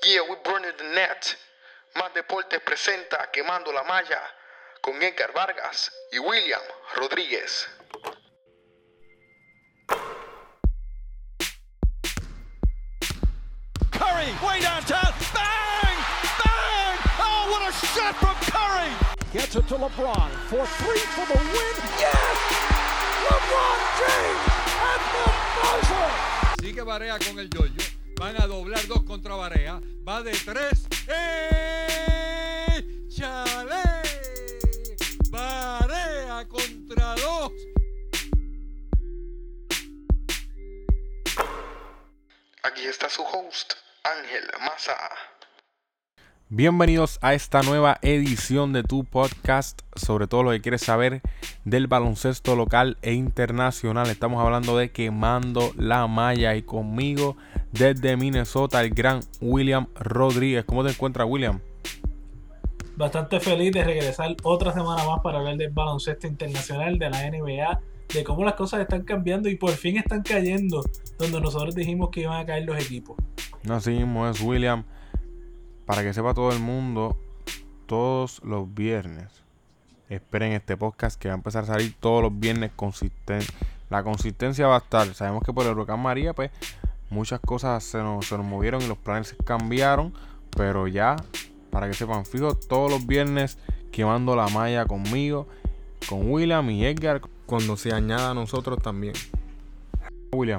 Yeah, we burning the net. Más Deportes presenta Quemando la Malla con Edgar Vargas y William Rodríguez. Curry, way downtown, bang! Bang! Oh, what a shot from Curry! Gets it to LeBron for three for the win. Yes! LeBron James at the buzzer! Sigue Barea con el yoyo. Van a doblar dos contra Barea. Va de tres. ¡Chale! Barea contra dos. Aquí está su host, Ángel Maza. Bienvenidos a esta nueva edición de tu podcast sobre todo lo que quieres saber del baloncesto local e internacional. Estamos hablando de Quemando la Malla y conmigo desde Minnesota el gran William Rodríguez. ¿Cómo te encuentras, William? Bastante feliz de regresar otra semana más para hablar del baloncesto internacional, de la NBA, de cómo las cosas están cambiando y por fin están cayendo donde nosotros dijimos que iban a caer los equipos. Así mismo es, William. Para que sepa todo el mundo, todos los viernes esperen este podcast que va a empezar a salir todos los viernes consistente. La consistencia va a estar. Sabemos que por el huracán María, pues muchas cosas se nos movieron y los planes se cambiaron. Pero ya, para que sepan, fijo, todos los viernes Quemando la Malla conmigo, con William y Edgar, cuando se añada a nosotros también. William.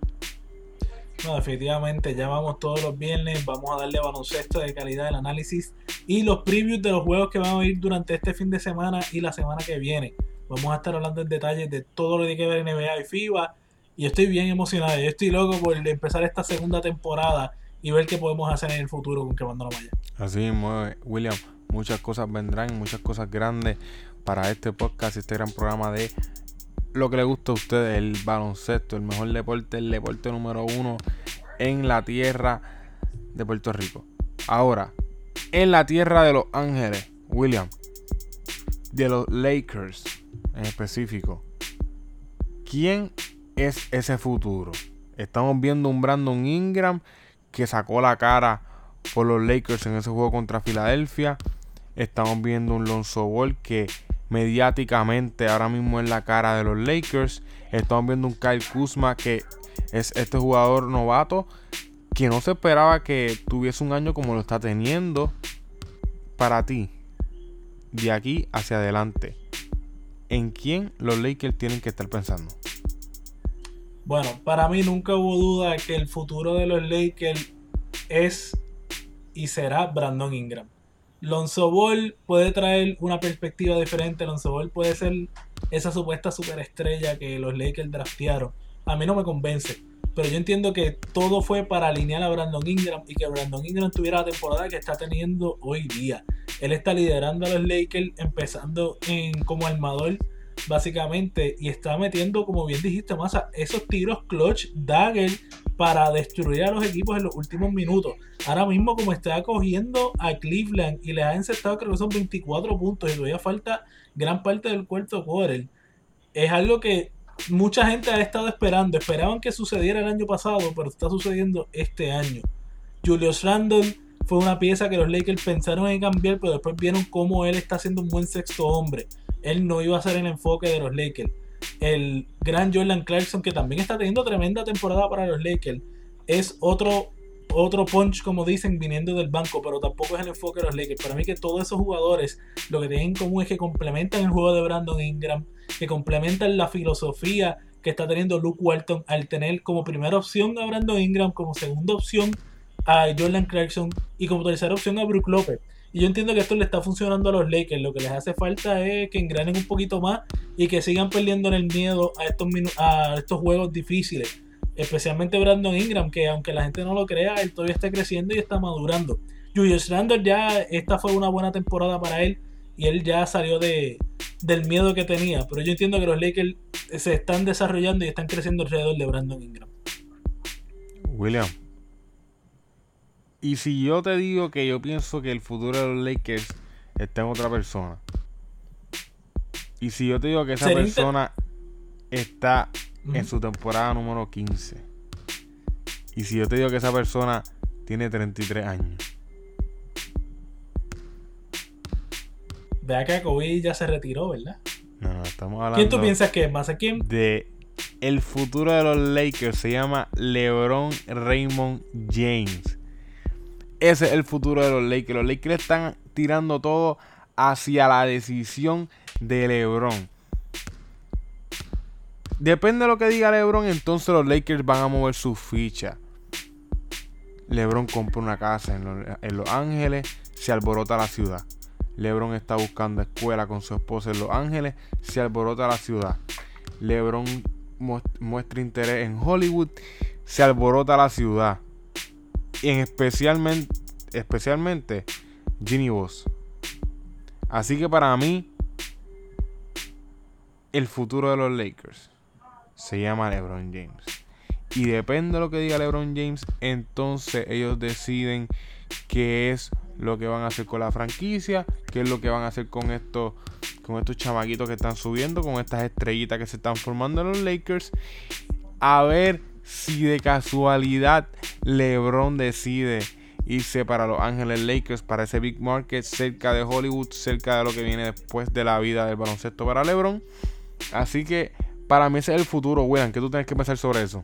No, definitivamente, ya vamos todos los viernes, vamos a darle baloncesto de calidad, el análisis y los previews de los juegos que van a ir durante este fin de semana y la semana que viene. Vamos a estar hablando en detalles de todo lo que hay que ver en NBA y FIBA y estoy bien emocionado, yo estoy loco por empezar esta segunda temporada y ver qué podemos hacer en el futuro con Quemando la Malla. Así mismo, William, muchas cosas vendrán, muchas cosas grandes para este podcast, este gran programa de lo que le gusta a ustedes, el baloncesto, el mejor deporte, el deporte número uno en la tierra de Puerto Rico. Ahora, en la tierra de Los Ángeles, William, de los Lakers en específico, ¿quién es ese futuro? Estamos viendo un Brandon Ingram que sacó la cara por los Lakers en ese juego contra Filadelfia. Estamos viendo un Lonzo Ball que mediáticamente ahora mismo es la cara de los Lakers. Estamos viendo un Kyle Kuzma que es este jugador novato que no se esperaba que tuviese un año como lo está teniendo. Para ti, de aquí hacia adelante, ¿en quién los Lakers tienen que estar pensando? Bueno, para mí nunca hubo duda que el futuro de los Lakers es y será Brandon Ingram. Lonzo Ball puede traer una perspectiva diferente. Lonzo Ball puede ser esa supuesta superestrella que los Lakers draftearon. A mí no me convence, pero yo entiendo que todo fue para alinear a Brandon Ingram y que Brandon Ingram tuviera la temporada que está teniendo hoy día. Él está liderando a los Lakers, empezando como armador básicamente, y está metiendo, como bien dijiste, Masa, esos tiros clutch dagger para destruir a los equipos en los últimos minutos. Ahora mismo, como está cogiendo a Cleveland y les ha encestado, creo que son 24 puntos y todavía falta gran parte del cuarto quarter, es algo que mucha gente ha estado esperando. Esperaban que sucediera el año pasado, pero está sucediendo este año. Julius Randle fue una pieza que los Lakers pensaron en cambiar, pero después vieron cómo él está haciendo un buen sexto hombre. Él no iba a ser el enfoque de los Lakers. El gran Jordan Clarkson, que también está teniendo tremenda temporada para los Lakers, es otro punch, como dicen, viniendo del banco, pero tampoco es el enfoque de los Lakers. Para mí que todos esos jugadores lo que tienen en común es que complementan el juego de Brandon Ingram, que complementan la filosofía que está teniendo Luke Walton al tener como primera opción a Brandon Ingram, como segunda opción a Jordan Clarkson y como tercera opción a Brook López. Y yo entiendo que esto le está funcionando a los Lakers. Lo que les hace falta es que engranen un poquito más y que sigan perdiendo el miedo a estos juegos difíciles. Especialmente Brandon Ingram, que aunque la gente no lo crea, él todavía está creciendo y está madurando. Julius Randle ya, esta fue una buena temporada para él y él ya salió del miedo que tenía. Pero yo entiendo que los Lakers se están desarrollando y están creciendo alrededor de Brandon Ingram. William, y si yo te digo que yo pienso que el futuro de los Lakers está en otra persona, y si yo te digo que esa persona está en su temporada número 15, y si yo te digo que esa persona tiene 33 años. Vea que Kobe ya se retiró, ¿verdad? No, estamos hablando... ¿Quién tú piensas que es más? ¿A quién? De el futuro de los Lakers. Se llama LeBron Raymond James. Ese es el futuro de los Lakers. Los Lakers están tirando todo hacia la decisión de LeBron. Depende de lo que diga LeBron, entonces los Lakers van a mover su ficha. LeBron compra una casa en Los Ángeles, se alborota la ciudad. LeBron está buscando escuela con su esposa en Los Ángeles, se alborota la ciudad. LeBron muestra interés en Hollywood, se alborota la ciudad. Y especialmente Ginny Boss. Así que para mí, el futuro de los Lakers se llama LeBron James. Y depende de lo que diga LeBron James, entonces ellos deciden qué es lo que van a hacer con la franquicia, qué es lo que van a hacer con estos chamaquitos que están subiendo, con estas estrellitas que se están formando en los Lakers. A ver si de casualidad LeBron decide irse para Los Ángeles Lakers, para ese big market cerca de Hollywood, cerca de lo que viene después de la vida del baloncesto para LeBron. Así que para mí ese es el futuro, William. ¿Qué tú tienes que pensar sobre eso?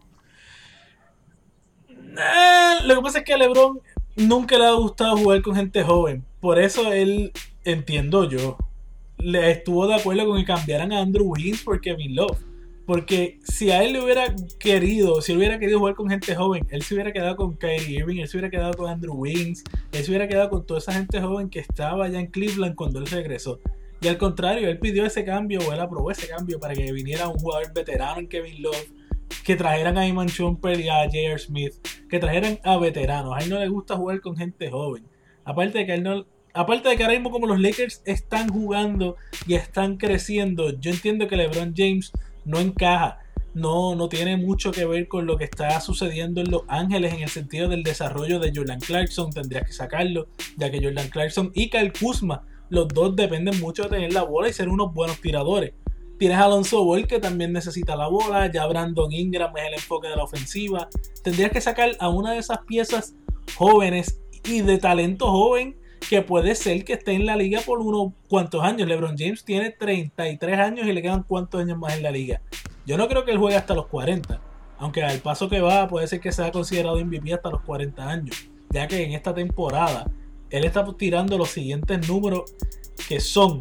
Lo que pasa es que a LeBron nunca le ha gustado jugar con gente joven. Por eso él, entiendo yo, le estuvo de acuerdo con que cambiaran a Andrew Wiggins por Kevin Love. Porque si a él le hubiera querido, si él hubiera querido jugar con gente joven, él se hubiera quedado con Kyrie Irving, él se hubiera quedado con Andrew Wiggins, él se hubiera quedado con toda esa gente joven que estaba allá en Cleveland cuando él regresó. Y al contrario, él pidió ese cambio, o él aprobó ese cambio para que viniera un jugador veterano en Kevin Love, que trajeran a Iman Shumpert y a J.R. Smith, que trajeran a veteranos. A él no le gusta jugar con gente joven. Aparte de que ahora mismo como los Lakers están jugando y están creciendo, yo entiendo que LeBron James no encaja, no tiene mucho que ver con lo que está sucediendo en Los Ángeles en el sentido del desarrollo de Jordan Clarkson. Tendrías que sacarlo, ya que Jordan Clarkson y Kyle Kuzma, los dos dependen mucho de tener la bola y ser unos buenos tiradores. Tienes a Alonzo Ball, que también necesita la bola, ya Brandon Ingram es el enfoque de la ofensiva. Tendrías que sacar a una de esas piezas jóvenes y de talento joven que puede ser que esté en la liga por unos cuantos años. LeBron James tiene 33 años y le quedan cuantos años más en la liga. Yo no creo que él juegue hasta los 40, aunque al paso que va puede ser que sea considerado MVP hasta los 40 años, ya que en esta temporada él está tirando los siguientes números, que son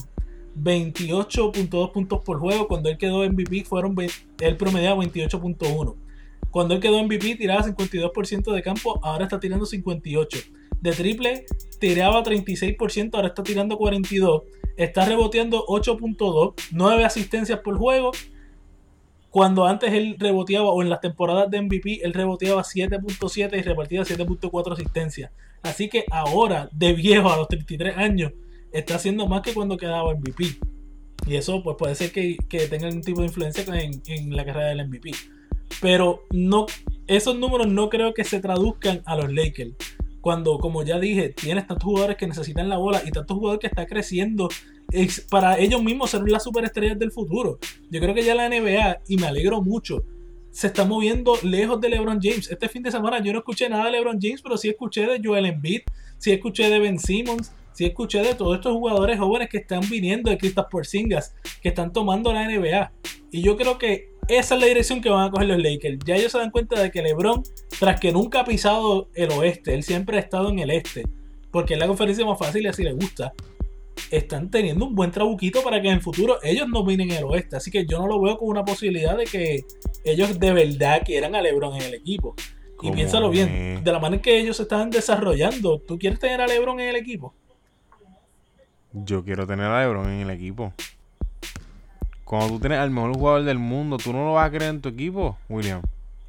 28.2 puntos por juego. Cuando él quedó MVP él promediaba 28.1. Cuando él quedó MVP tiraba 52% de campo, ahora está tirando 58%. De triple tiraba 36%, ahora está tirando 42%. Está reboteando 8.2, 9 asistencias por juego. Cuando antes él reboteaba, o en las temporadas de MVP, él reboteaba 7.7 y repartía 7.4 asistencias. Así que ahora, de viejo, a los 33 años, está haciendo más que cuando quedaba MVP. Y eso pues puede ser que tenga un tipo de influencia en la carrera del MVP. Pero no, esos números no creo que se traduzcan a los Lakers. Cuando, como ya dije, tienes tantos jugadores que necesitan la bola y tantos jugadores que están creciendo para ellos mismos ser las superestrellas del futuro. Yo creo que ya la NBA, y me alegro mucho, se está moviendo lejos de LeBron James. Este fin de semana yo no escuché nada de LeBron James, pero sí escuché de Joel Embiid, sí escuché de Ben Simmons, sí escuché de todos estos jugadores jóvenes que están viniendo, de Kristaps Porzingis, que están tomando la NBA. Y yo creo que esa es la dirección que van a coger los Lakers. Ya ellos se dan cuenta de que LeBron, tras que nunca ha pisado el oeste, él siempre ha estado en el este, porque es la conferencia más fácil y así le gusta, están teniendo un buen trabuquito para que en el futuro ellos no dominen el oeste. Así que yo no lo veo como una posibilidad de que ellos de verdad quieran a LeBron en el equipo. Y piénsalo bien, de la manera en que ellos se están desarrollando, ¿tú quieres tener a LeBron en el equipo? Yo quiero tener a LeBron en el equipo. Cuando tú tienes al mejor jugador del mundo, ¿tú no lo vas a querer en tu equipo, William?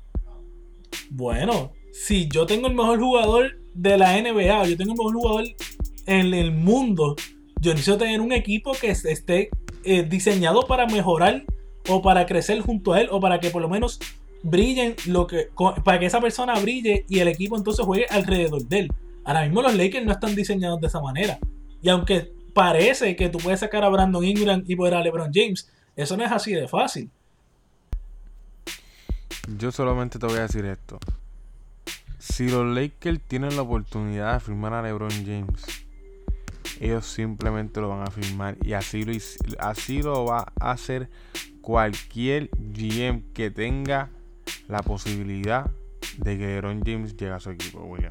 Bueno, si yo tengo el mejor jugador de la NBA, o yo tengo el mejor jugador en el mundo, yo necesito tener un equipo que esté diseñado para mejorar o para crecer junto a él, o para que por lo menos brillen para que esa persona brille y el equipo entonces juegue alrededor de él. Ahora mismo los Lakers no están diseñados de esa manera. Y aunque parece que tú puedes sacar a Brandon Ingram y poder a LeBron James, eso no es así de fácil. Yo solamente te voy a decir esto. Si los Lakers tienen la oportunidad de firmar a LeBron James, ellos simplemente lo van a firmar, y así lo va a hacer cualquier GM que tenga la posibilidad de que LeBron James llegue a su equipo, William.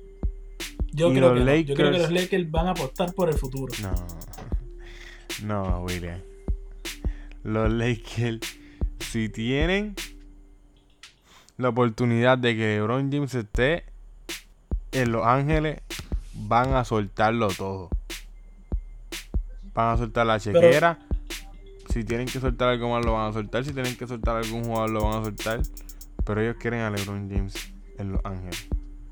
Yo creo que los Lakers van a apostar por el futuro. No, William. Los Lakers, si tienen la oportunidad de que LeBron James esté en Los Ángeles, van a soltarlo todo. Van a soltar la chequera. Si tienen que soltar algo más, lo van a soltar. Si tienen que soltar algún jugador, lo van a soltar. Pero ellos quieren a LeBron James en Los Ángeles.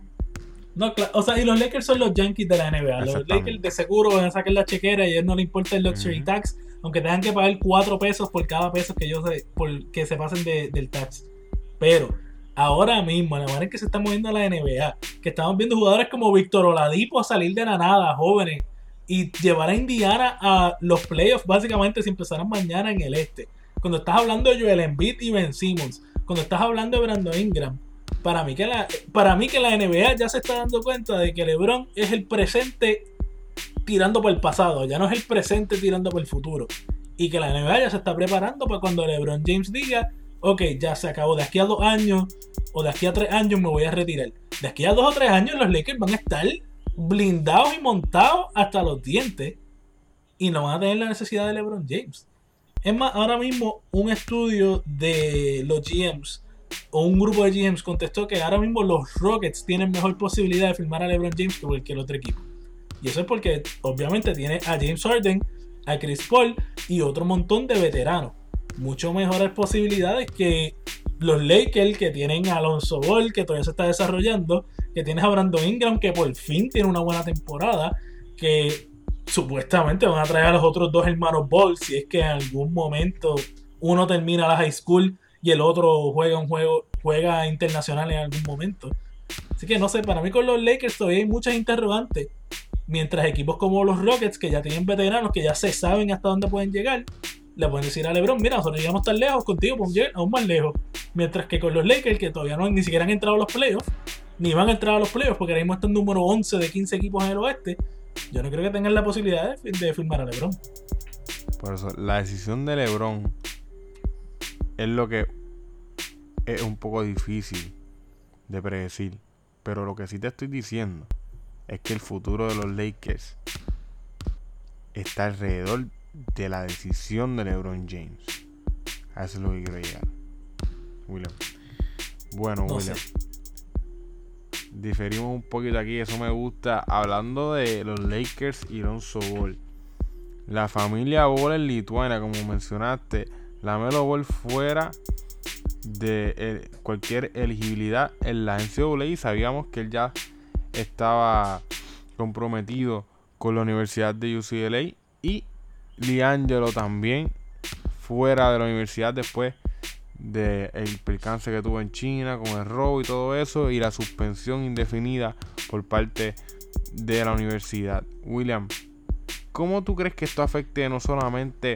No, claro, o sea, y los Lakers son los Yankees de la NBA. Los Lakers de seguro van a sacar la chequera y a ellos no les importa el luxury tax, aunque tengan que pagar 4 pesos por cada peso que se pasen del tax. Pero ahora mismo, la manera en que se está moviendo la NBA, que estamos viendo jugadores como Víctor Oladipo salir de la nada, jóvenes, y llevar a Indiana a los playoffs básicamente si empezaran mañana en el este. Cuando estás hablando de Joel Embiid y Ben Simmons, cuando estás hablando de Brandon Ingram, para mí que la NBA ya se está dando cuenta de que LeBron es el presente tirando por el pasado, ya no es el presente tirando por el futuro, y que la NBA ya se está preparando para cuando LeBron James diga: ok, ya se acabó, de aquí a 2 años o de aquí a 3 años me voy a retirar. De aquí a 2 o 3 años los Lakers van a estar blindados y montados hasta los dientes y no van a tener la necesidad de LeBron James. Es más, ahora mismo un estudio de los GMs o un grupo de GMs contestó que ahora mismo los Rockets tienen mejor posibilidad de firmar a LeBron James que cualquier otro equipo. Y eso es porque obviamente tiene a James Harden, a Chris Paul y otro montón de veteranos. Mucho mejores posibilidades que los Lakers, que tienen a Lonzo Ball, que todavía se está desarrollando, que tienes a Brandon Ingram, que por fin tiene una buena temporada, que supuestamente van a traer a los otros 2 hermanos Ball si es que en algún momento uno termina la high school y el otro juega internacional en algún momento. Así que no sé, para mí con los Lakers todavía hay muchas interrogantes, mientras equipos como los Rockets, que ya tienen veteranos, que ya se saben hasta dónde pueden llegar, le pueden decir a LeBron: mira, nosotros llegamos tan lejos, contigo podemos llegar aún más lejos. Mientras que con los Lakers, que todavía ni siquiera han entrado a los playoffs, ni van a entrar a los playoffs, porque ahora mismo están número 11 de 15 equipos en el oeste, yo no creo que tengan la posibilidad de firmar a LeBron. Por eso, la decisión de LeBron es lo que es un poco difícil de predecir. Pero lo que sí te estoy diciendo es que el futuro de los Lakers está alrededor de la decisión de LeBron James. A eso es lo que quiero llegar, William. Bueno, no William, diferimos un poquito aquí, eso me gusta. Hablando de los Lakers y Lonzo Ball, la familia Ball en Lituania, como mencionaste, LaMelo Ball fuera de cualquier elegibilidad en la NCAA. Sabíamos que él ya estaba comprometido con la Universidad de UCLA, y LiAngelo también fuera de la universidad después del percance que tuvo en China con el robo y todo eso, y la suspensión indefinida por parte de la universidad. William, ¿cómo tú crees que esto afecte no solamente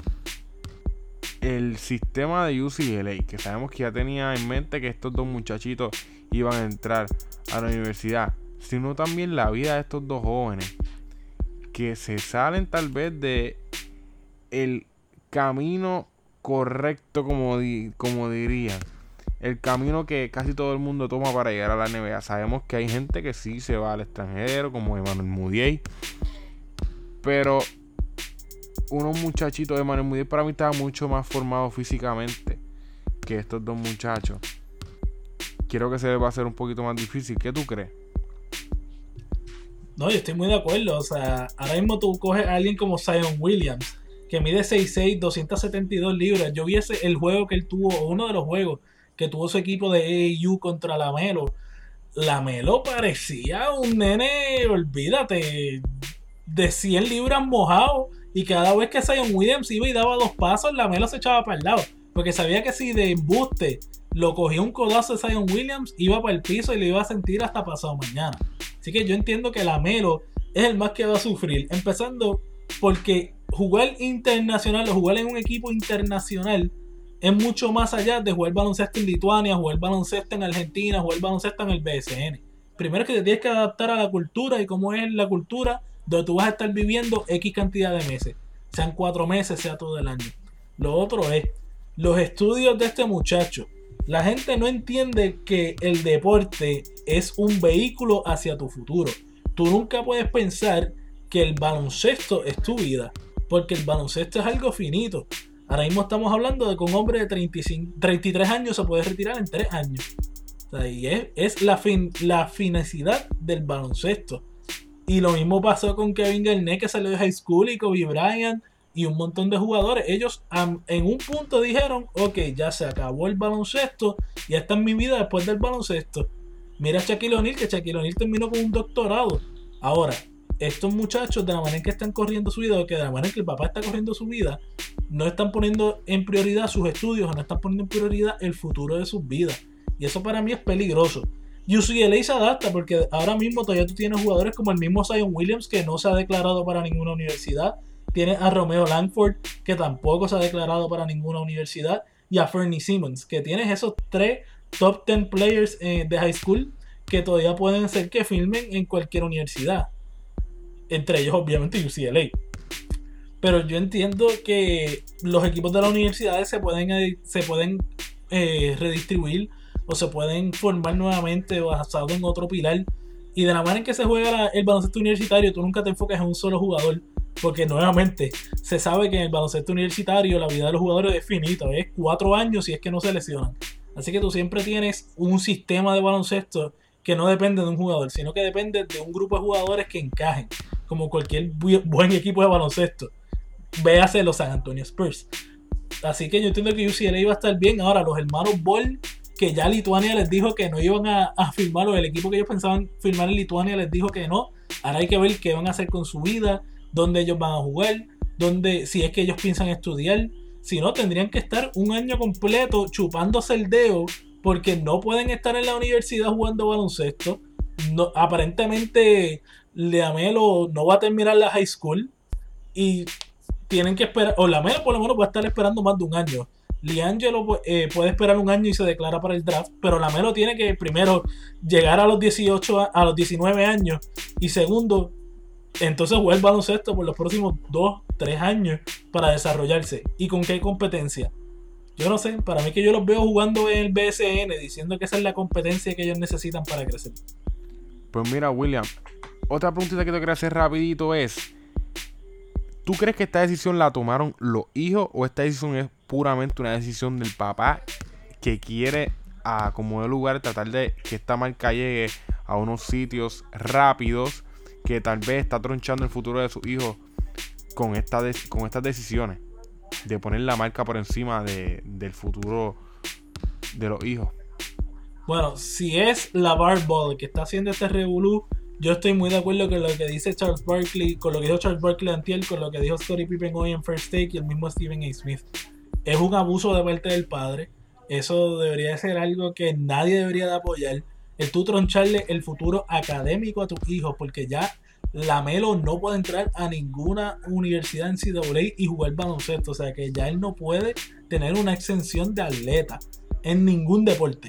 el sistema de UCLA, que sabemos que ya tenía en mente que estos 2 muchachitos iban a entrar a la universidad, sino también la vida de estos 2 jóvenes que se salen tal vez de el camino correcto, como dirían, el camino que casi todo el mundo toma para llegar a la NBA? Sabemos que hay gente que sí se va al extranjero, como Emmanuel Mudiay, pero unos muchachitos de Emmanuel Mudiay para mí estaba mucho más formado físicamente que estos 2 muchachos. Creo que se les va a hacer un poquito más difícil. ¿Qué tú crees? No, yo estoy muy de acuerdo. O sea, ahora mismo tú coges a alguien como Zion Williams, que mide 6'6", 272 libras. Yo vi el juego que él tuvo, uno de los juegos que tuvo su equipo de AAU contra LaMelo. LaMelo parecía un nene, olvídate, de 100 libras mojado. Y cada vez que Zion Williams iba y daba 2 pasos, LaMelo se echaba para el lado. Porque sabía que si de embuste lo cogía un codazo de Zion Williams, iba para el piso y lo iba a sentir hasta pasado mañana. Así que yo entiendo que LaMelo es el más que va a sufrir. Empezando porque jugar internacional o jugar en un equipo internacional es mucho más allá de jugar baloncesto en Lituania, jugar baloncesto en Argentina, jugar baloncesto en el BSN. Primero es que te tienes que adaptar a la cultura y cómo es la cultura donde tú vas a estar viviendo X cantidad de meses. Sean 4 meses, sea todo el año. Lo otro es los estudios de este muchacho. La gente no entiende que el deporte es un vehículo hacia tu futuro. Tú nunca puedes pensar que el baloncesto es tu vida, porque el baloncesto es algo finito. Ahora mismo estamos hablando de que un hombre de 33 años se puede retirar en 3 años. O sea, y es la finicidad del baloncesto. Y lo mismo pasó con Kevin Garnett, que salió de high school, y Kobe Bryant y un montón de jugadores. Ellos en un punto dijeron, ok, ya se acabó el baloncesto, ya está en mi vida después del baloncesto. Mira a Shaquille O'Neal, que Shaquille O'Neal terminó con un doctorado. Ahora, estos muchachos, de la manera en que están corriendo su vida, o que de la manera en que el papá está corriendo su vida, no están poniendo en prioridad sus estudios, no están poniendo en prioridad el futuro de sus vidas. Y eso para mí es peligroso. UCLA se adapta porque ahora mismo todavía tú tienes jugadores como el mismo Zion Williams, que no se ha declarado para ninguna universidad. Tienes a Romeo Langford, que tampoco se ha declarado para ninguna universidad. Y a Fernie Simmons, que tienes esos 3 top 10 players de high school que todavía pueden ser que filmen en cualquier universidad. Entre ellos, obviamente, UCLA. Pero yo entiendo que los equipos de las universidades se pueden redistribuir o se pueden formar nuevamente basado en otro pilar. Y de la manera en que se juega el baloncesto universitario, tú nunca te enfocas en un solo jugador. Porque nuevamente se sabe que en el baloncesto universitario la vida de los jugadores es finita, es 4 años si es que no se lesionan. Así que tú siempre tienes un sistema de baloncesto que no depende de un jugador, sino que depende de un grupo de jugadores que encajen, como cualquier buen equipo de baloncesto. Véase los San Antonio Spurs. Así que yo entiendo que UCLA iba a estar bien. Ahora los hermanos Ball, que ya Lituania les dijo que no iban a firmar, o el equipo que ellos pensaban firmar en Lituania les dijo que no. Ahora hay que ver qué van a hacer con su vida, dónde ellos van a jugar, si es que ellos piensan estudiar. Si no, tendrían que estar un año completo chupándose el dedo, porque no pueden estar en la universidad jugando baloncesto. No, aparentemente LaMelo no va a terminar la high school y tienen que esperar, o LaMelo por lo menos va a estar esperando más de un año. LiAngelo puede esperar un año y se declara para el draft, pero LaMelo tiene que primero llegar a los 19 años, y segundo, entonces jugar baloncesto por los próximos 2-3 años para desarrollarse. ¿Y con qué competencia? Yo no sé, para mí que yo los veo jugando en el BSN, diciendo que esa es la competencia que ellos necesitan para crecer. Pues mira, William, otra preguntita que te quería hacer rapidito es, ¿tú crees que esta decisión la tomaron los hijos o esta decisión es puramente una decisión del papá que quiere, a como de lugar, tratar de que esta marca llegue a unos sitios rápidos, que tal vez está tronchando el futuro de sus hijos con estas decisiones de poner la marca por encima del futuro de los hijos? Bueno, si es LaVar Ball que está haciendo este revolú, yo estoy muy de acuerdo con lo que dice Charles Barkley, con lo que dijo Charles Barkley antier, con lo que dijo Scottie Pippen hoy en First Take y el mismo Stephen A. Smith. Es un abuso de parte del padre. Eso debería ser algo que nadie debería de apoyar. El tú troncharle el futuro académico a tus hijos, porque ya LaMelo no puede entrar a ninguna universidad en NCAA y jugar baloncesto. O sea que ya él no puede tener una exención de atleta en ningún deporte.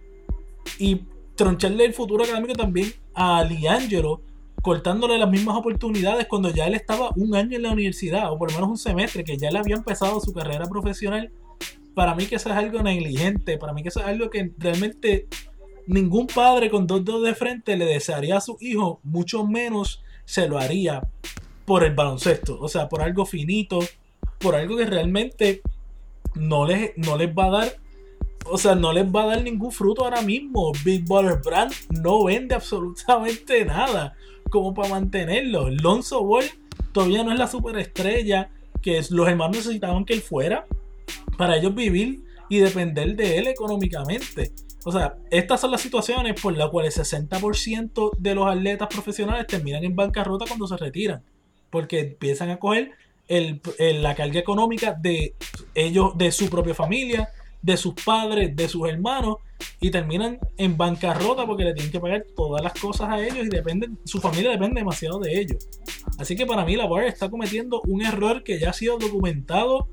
Y troncharle el futuro académico también a LiAngelo, cortándole las mismas oportunidades cuando ya él estaba un año en la universidad, o por lo menos un semestre, que ya le había empezado su carrera profesional. Para mí que eso es algo negligente, para mí que eso es algo que realmente ningún padre con 2 dedos de frente le desearía a su hijo, mucho menos se lo haría por el baloncesto. O sea, por algo finito, por algo que realmente no les va a dar, o sea, no les va a dar ningún fruto ahora mismo. Big Baller Brand no vende absolutamente nada como para mantenerlo. Lonzo Ball todavía no es la superestrella que los hermanos necesitaban que él fuera para ellos vivir y depender de él económicamente. O sea, estas son las situaciones por las cuales el 60% de los atletas profesionales terminan en bancarrota cuando se retiran, porque empiezan a coger la carga económica de ellos, de su propia familia, de sus padres, de sus hermanos, y terminan en bancarrota porque le tienen que pagar todas las cosas a ellos y su familia depende demasiado de ellos. Así que para mí LaVar está cometiendo un error que ya ha sido documentado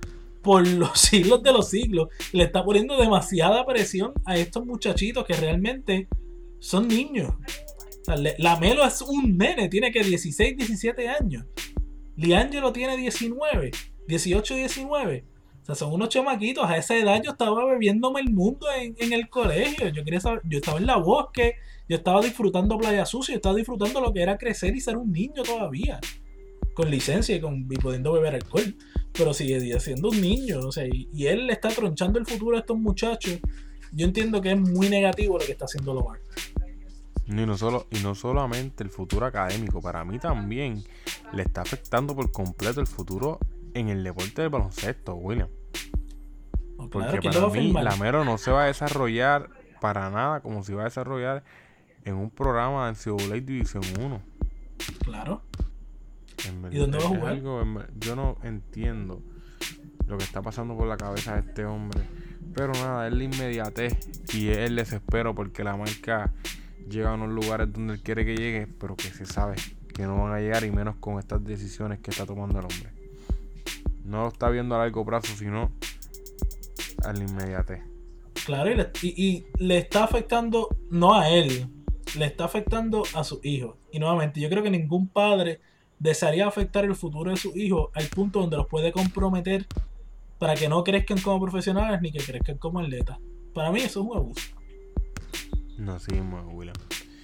por los siglos de los siglos. Le está poniendo demasiada presión a estos muchachitos que realmente son niños. O sea, LaMelo es un nene, tiene que 16, 17 años. LiAngelo tiene 19, 18, 19. O sea, son unos chamaquitos. A esa edad yo estaba bebiéndome el mundo en el colegio. Yo quería saber, yo estaba en la bosque, yo estaba disfrutando Playa Sucia, yo estaba disfrutando lo que era crecer y ser un niño todavía. Con licencia y pudiendo beber alcohol. Pero sigue siendo un niño. O sea, y él le está tronchando el futuro a estos muchachos. Yo entiendo que es muy negativo lo que está haciendo Lamar. Y no solamente el futuro académico, para mí también le está afectando por completo el futuro en el deporte del baloncesto, William. No, porque claro, para mí LaMelo no se va a desarrollar para nada como se va a desarrollar en un programa de NCAA División 1. Claro. ¿Y dónde va a jugar? Yo no entiendo lo que está pasando por la cabeza de este hombre. Pero nada, es la inmediatez y es el desespero porque la marca llega a unos lugares donde él quiere que llegue, pero que se sabe que no van a llegar, y menos con estas decisiones que está tomando el hombre. No lo está viendo a largo plazo, sino a la inmediatez. Claro, y le está afectando no a él, le está afectando a sus hijos. Y nuevamente, yo creo que ningún padre desearía afectar el futuro de sus hijos al punto donde los puede comprometer para que no crezcan como profesionales ni que crezcan como atletas. Para mí eso es un abuso. No, sí, William.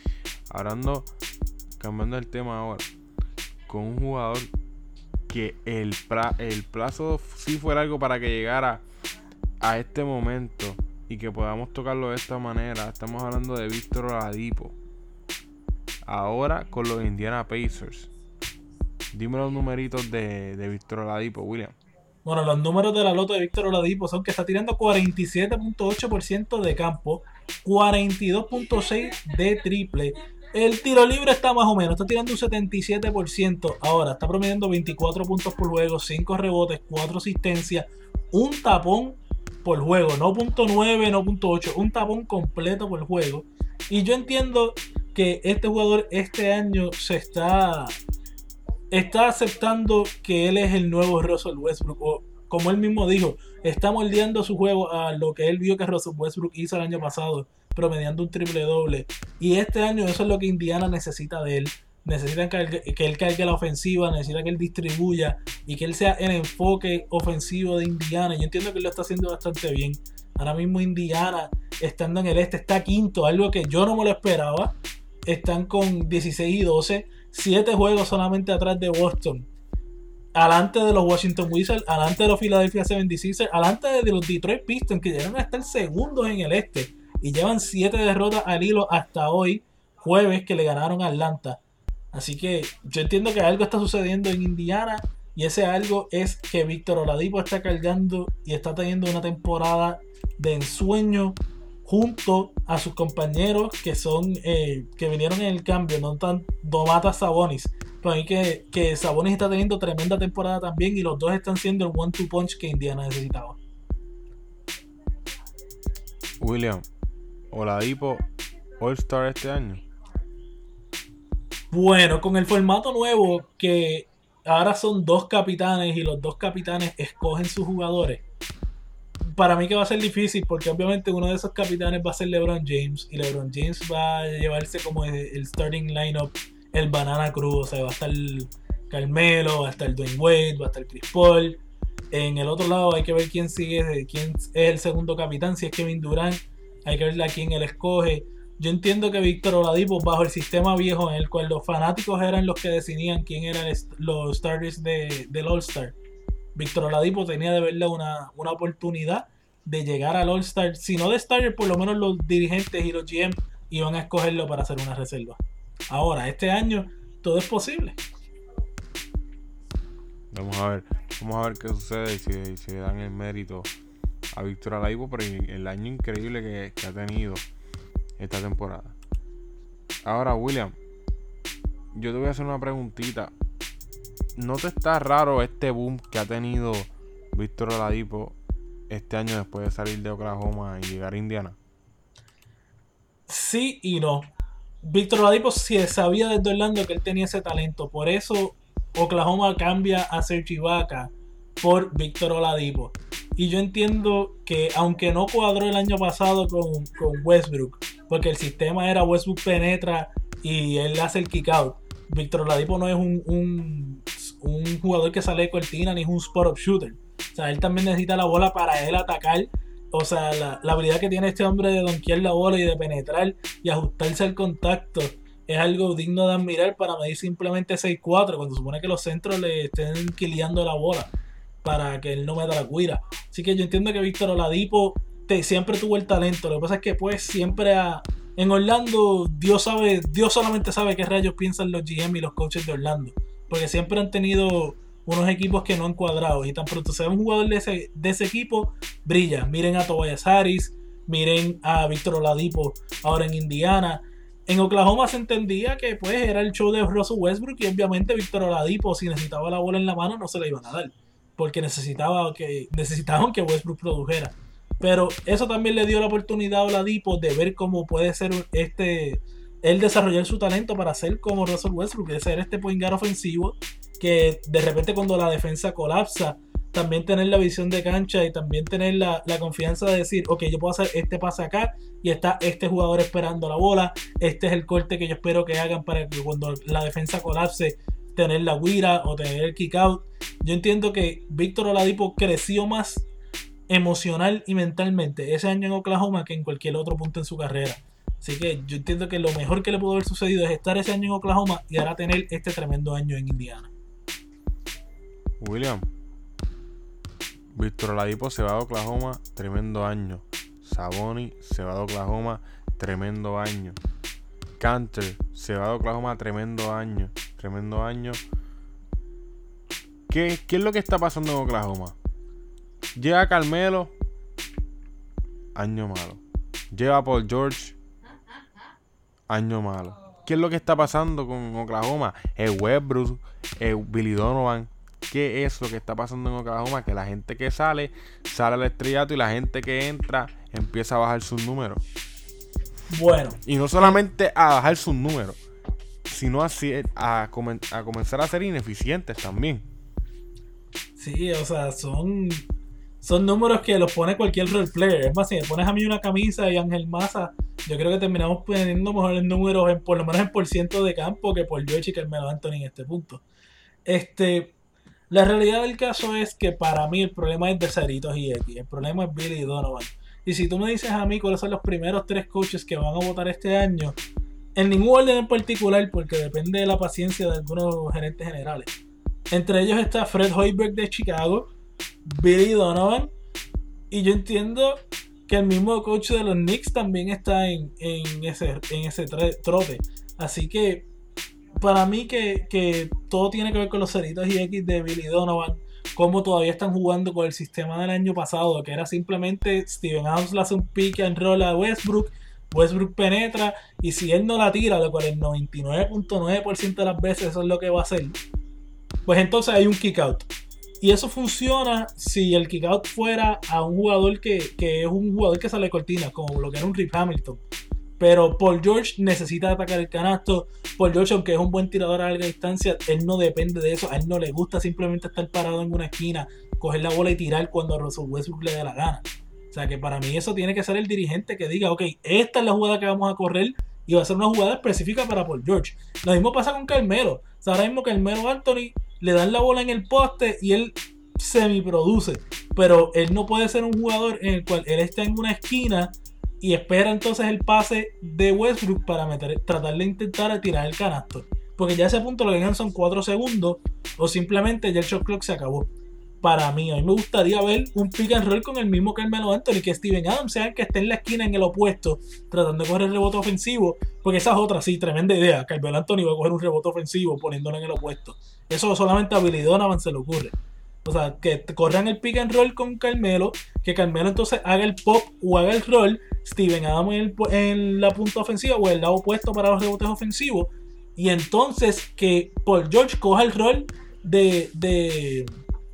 Cambiando el tema ahora, con un jugador que el plazo sí fue largo para que llegara a este momento y que podamos tocarlo de esta manera. Estamos hablando de Victor Oladipo, ahora con los Indiana Pacers. Dime los numeritos de Victor Oladipo, William. Bueno, los números de la loto de Victor Oladipo son que está tirando 47.8% de campo, 42.6% de triple. El tiro libre está más o menos, está tirando un 77%. Ahora está promediando 24 puntos por juego, 5 rebotes, 4 asistencias, un tapón por juego, no .9, no .8, un tapón completo por juego. Y yo entiendo que este jugador este año se está aceptando que él es el nuevo Russell Westbrook, o como él mismo dijo, está moldeando su juego a lo que él vio que Russell Westbrook hizo el año pasado, promediando un triple doble. Y este año eso es lo que Indiana necesita de él. Necesitan que él cargue la ofensiva, necesita que él distribuya y que él sea el enfoque ofensivo de Indiana. Yo entiendo que él lo está haciendo bastante bien. Ahora mismo Indiana, estando en el este, está quinto, algo que yo no me lo esperaba. Están con 16 y 12, 7 juegos solamente atrás de Boston, alante de los Washington Wizards, alante de los Philadelphia 76ers, alante de los Detroit Pistons, que llegaron a estar segundos en el este y llevan 7 derrotas al hilo hasta hoy, jueves, que le ganaron a Atlanta. Así que yo entiendo que algo está sucediendo en Indiana, y ese algo es que Victor Oladipo está cargando y está teniendo una temporada de ensueño junto a sus compañeros que son que vinieron en el cambio, no tan Domantas Sabonis. Para mí que Sabonis está teniendo tremenda temporada también, y los dos están siendo el 1-2 punch que Indiana necesitaba. William, Oladipo All-Star este año. Bueno, con el formato nuevo que ahora son 2 capitanes y los 2 capitanes escogen sus jugadores, para mí que va a ser difícil, porque obviamente uno de esos capitanes va a ser LeBron James, y LeBron James va a llevarse como el starting lineup, el banana cruz. O sea, va a estar Carmelo, va a estar Dwayne Wade, va a estar Chris Paul. En el otro lado hay que ver quién es el segundo capitán. Si es Kevin Durant, hay que ver a quién él escoge. Yo entiendo que Victor Oladipo, bajo el sistema viejo en el cual los fanáticos eran los que decidían quién eran los starters del All-Star, Victor Oladipo tenía de verle una oportunidad de llegar al All-Star. Si no de starter, por lo menos los dirigentes y los GM iban a escogerlo para hacer una reserva. Ahora, este año, todo es posible. Vamos a ver qué sucede y si le dan el mérito a Victor Oladipo por el año increíble que ha tenido esta temporada. Ahora, William, yo te voy a hacer una preguntita. ¿No te está raro este boom que ha tenido Victor Oladipo este año después de salir de Oklahoma y llegar a Indiana? Sí y no. Victor Oladipo sí sabía desde Orlando que él tenía ese talento. Por eso Oklahoma cambia a Serge Ibaka por Víctor Oladipo. Y yo entiendo que aunque no cuadró el año pasado con Westbrook, porque el sistema era Westbrook penetra y él hace el kick out, Víctor Oladipo no es un jugador que sale de cortina ni es un spot-up shooter. O sea, él también necesita la bola para él atacar. O sea, la habilidad que tiene este hombre de donkear la bola y de penetrar y ajustarse al contacto es algo digno de admirar para medir simplemente 6'4", cuando supone que los centros le estén quiliando la bola para que él no meta la cuira. Así que yo entiendo que Víctor Oladipo siempre tuvo el talento. Lo que pasa es que pues siempre en Orlando Dios solamente sabe qué rayos piensan los GM y los coaches de Orlando, porque siempre han tenido unos equipos que no han cuadrado, y tan pronto se ve un jugador de ese equipo, brilla. Miren a Tobias Harris, miren a Víctor Oladipo ahora en Indiana. En Oklahoma se entendía que pues era el show de Russell Westbrook, y obviamente Víctor Oladipo, si necesitaba la bola en la mano, no se la iban a dar, porque necesitaban que Westbrook produjera. Pero eso también le dio la oportunidad a Oladipo de ver cómo puede ser él desarrollar su talento para ser como Russell Westbrook, de ser este point guard ofensivo que de repente cuando la defensa colapsa, también tener la visión de cancha y también tener la confianza de decir, ok, yo puedo hacer este pase acá y está este jugador esperando la bola, este es el corte que yo espero que hagan para que cuando la defensa colapse, tener la guira o tener el kick out. Yo entiendo que Víctor Oladipo creció más emocional y mentalmente ese año en Oklahoma que en cualquier otro punto en su carrera. Así que yo entiendo que lo mejor que le pudo haber sucedido es estar ese año en Oklahoma y ahora tener este tremendo año en Indiana. William, Víctor Oladipo se va a Oklahoma, tremendo año. Sabonis se va a Oklahoma, tremendo año. Kanter se va a Oklahoma, tremendo año. ¿Qué es lo que está pasando en Oklahoma? Llega Carmelo, año malo. Llega Paul George, año malo. ¿Qué es lo que está pasando con Oklahoma? Es Westbrook, es Billy Donovan. ¿Qué es lo que está pasando en Oklahoma? Que la gente que sale al estrellato, y la gente que entra empieza a bajar sus números. Bueno. Y no solamente a bajar sus números, sino a comenzar a ser ineficientes también. Sí, o sea, son números que los pone cualquier role player. Es más, si me pones a mí una camisa y Ángel Maza, yo creo que terminamos poniendo mejores números, por lo menos en % de campo, que por George y Carmelo Anthony en este punto. La realidad del caso es que para mí el problema es de Cerritos y X. El problema es Billy Donovan. Y si tú me dices a mí cuáles son los primeros 3 coaches que van a votar este año, en ningún orden en particular, porque depende de la paciencia de algunos gerentes generales. Entre ellos está Fred Hoiberg de Chicago, Billy Donovan, y yo entiendo que el mismo coach de los Knicks también está en ese trote. Así que para mí que todo tiene que ver con los Cerritos y X de Billy Donovan, como todavía están jugando con el sistema del año pasado, que era simplemente Steven Adams le hace un pick and roll a Westbrook penetra, y si él no la tira, lo cual el 99.9% de las veces eso es lo que va a hacer, pues entonces hay un kick out. Y eso funciona si el kick out fuera a un jugador que es un jugador que sale de cortina, como lo que era un Rip Hamilton. Pero Paul George necesita atacar el canasto. Paul George, aunque es un buen tirador a larga distancia, él no depende de eso. A él no le gusta simplemente estar parado en una esquina, coger la bola y tirar cuando a Russell Westbrook le dé la gana. O sea que para mí eso tiene que ser el dirigente que diga, ok, esta es la jugada que vamos a correr y va a ser una jugada específica para Paul George. Lo mismo pasa con Carmelo. O sea, ahora mismo Carmelo Anthony le dan la bola en el poste y él semiproduce. Pero él no puede ser un jugador en el cual él está en una esquina y espera entonces el pase de Westbrook para tratar de intentar tirar el canasto. Porque ya a ese punto lo que dejan son 4 segundos o simplemente ya el shot clock se acabó. Para mí, a mí me gustaría ver un pick and roll con el mismo Carmelo Anthony, que Steven Adams sea el que esté en la esquina en el opuesto tratando de coger el rebote ofensivo, porque esa es otra, sí, tremenda idea. Carmelo Anthony va a coger un rebote ofensivo poniéndolo en el opuesto. Eso solamente a Billy Donovan se le ocurre. O sea, que corran el pick and roll con Carmelo, que Carmelo entonces haga el pop o haga el roll, Steven Adams en la punta ofensiva o el lado opuesto para los rebotes ofensivos, y entonces que Paul George coja el rol de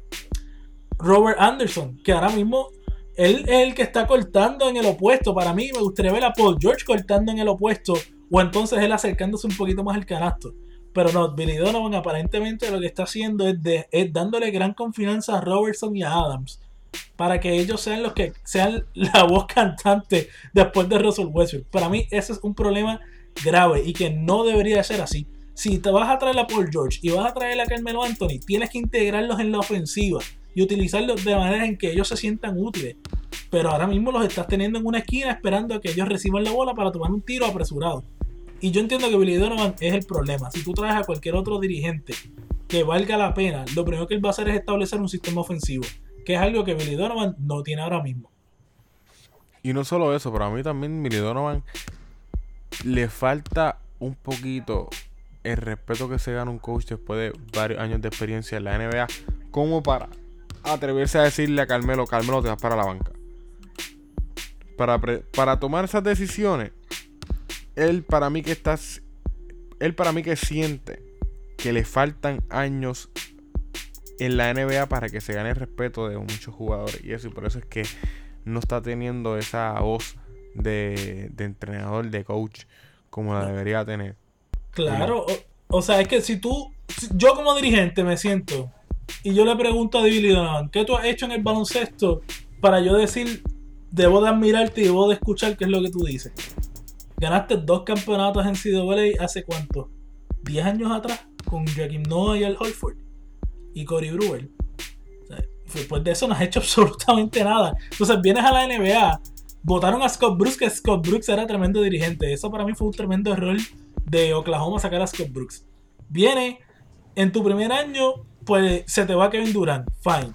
Robert Anderson, que ahora mismo él es el que está cortando en el opuesto. Para mí me gustaría ver a Paul George cortando en el opuesto, o entonces él acercándose un poquito más al canasto. Pero no, Billy Donovan aparentemente lo que está haciendo es dándole gran confianza a Robertson y a Adams para que ellos sean los que sean la voz cantante después de Russell Westbrook. Para mí ese es un problema grave y que no debería ser así. Si te vas a traer a Paul George y vas a traer a Carmelo Anthony, tienes que integrarlos en la ofensiva y utilizarlos de manera en que ellos se sientan útiles. Pero ahora mismo los estás teniendo en una esquina esperando a que ellos reciban la bola para tomar un tiro apresurado. Y yo entiendo que Billy Donovan es el problema. Si tú traes a cualquier otro dirigente que valga la pena, lo primero que él va a hacer es establecer un sistema ofensivo, que es algo que Billy Donovan no tiene ahora mismo. Y no solo eso, pero a mí también Billy Donovan le falta un poquito el respeto que se gana un coach después de varios años de experiencia en la NBA, como para atreverse a decirle a Carmelo te vas para la banca. Para tomar esas decisiones, él para mí que siente que le faltan años en la NBA para que se gane el respeto de muchos jugadores y eso, y por eso es que no está teniendo esa voz de entrenador, de coach como la debería tener. Claro, o sea, es que yo como dirigente me siento y yo le pregunto a Billy Donovan, ¿qué tú has hecho en el baloncesto para yo decir, debo de admirarte y debo de escuchar qué es lo que tú dices? Ganaste 2 campeonatos en NCAA hace ¿cuánto? 10 años atrás con Joakim Noah y Al Horford y Corey Brewer. O sea, después de eso no has hecho absolutamente nada. Entonces vienes a la NBA, votaron a Scott Brooks, que Scott Brooks era tremendo dirigente. Eso para mí fue un tremendo error de Oklahoma sacar a Scott Brooks. Viene en tu primer año, pues se te va Kevin Durant, fine.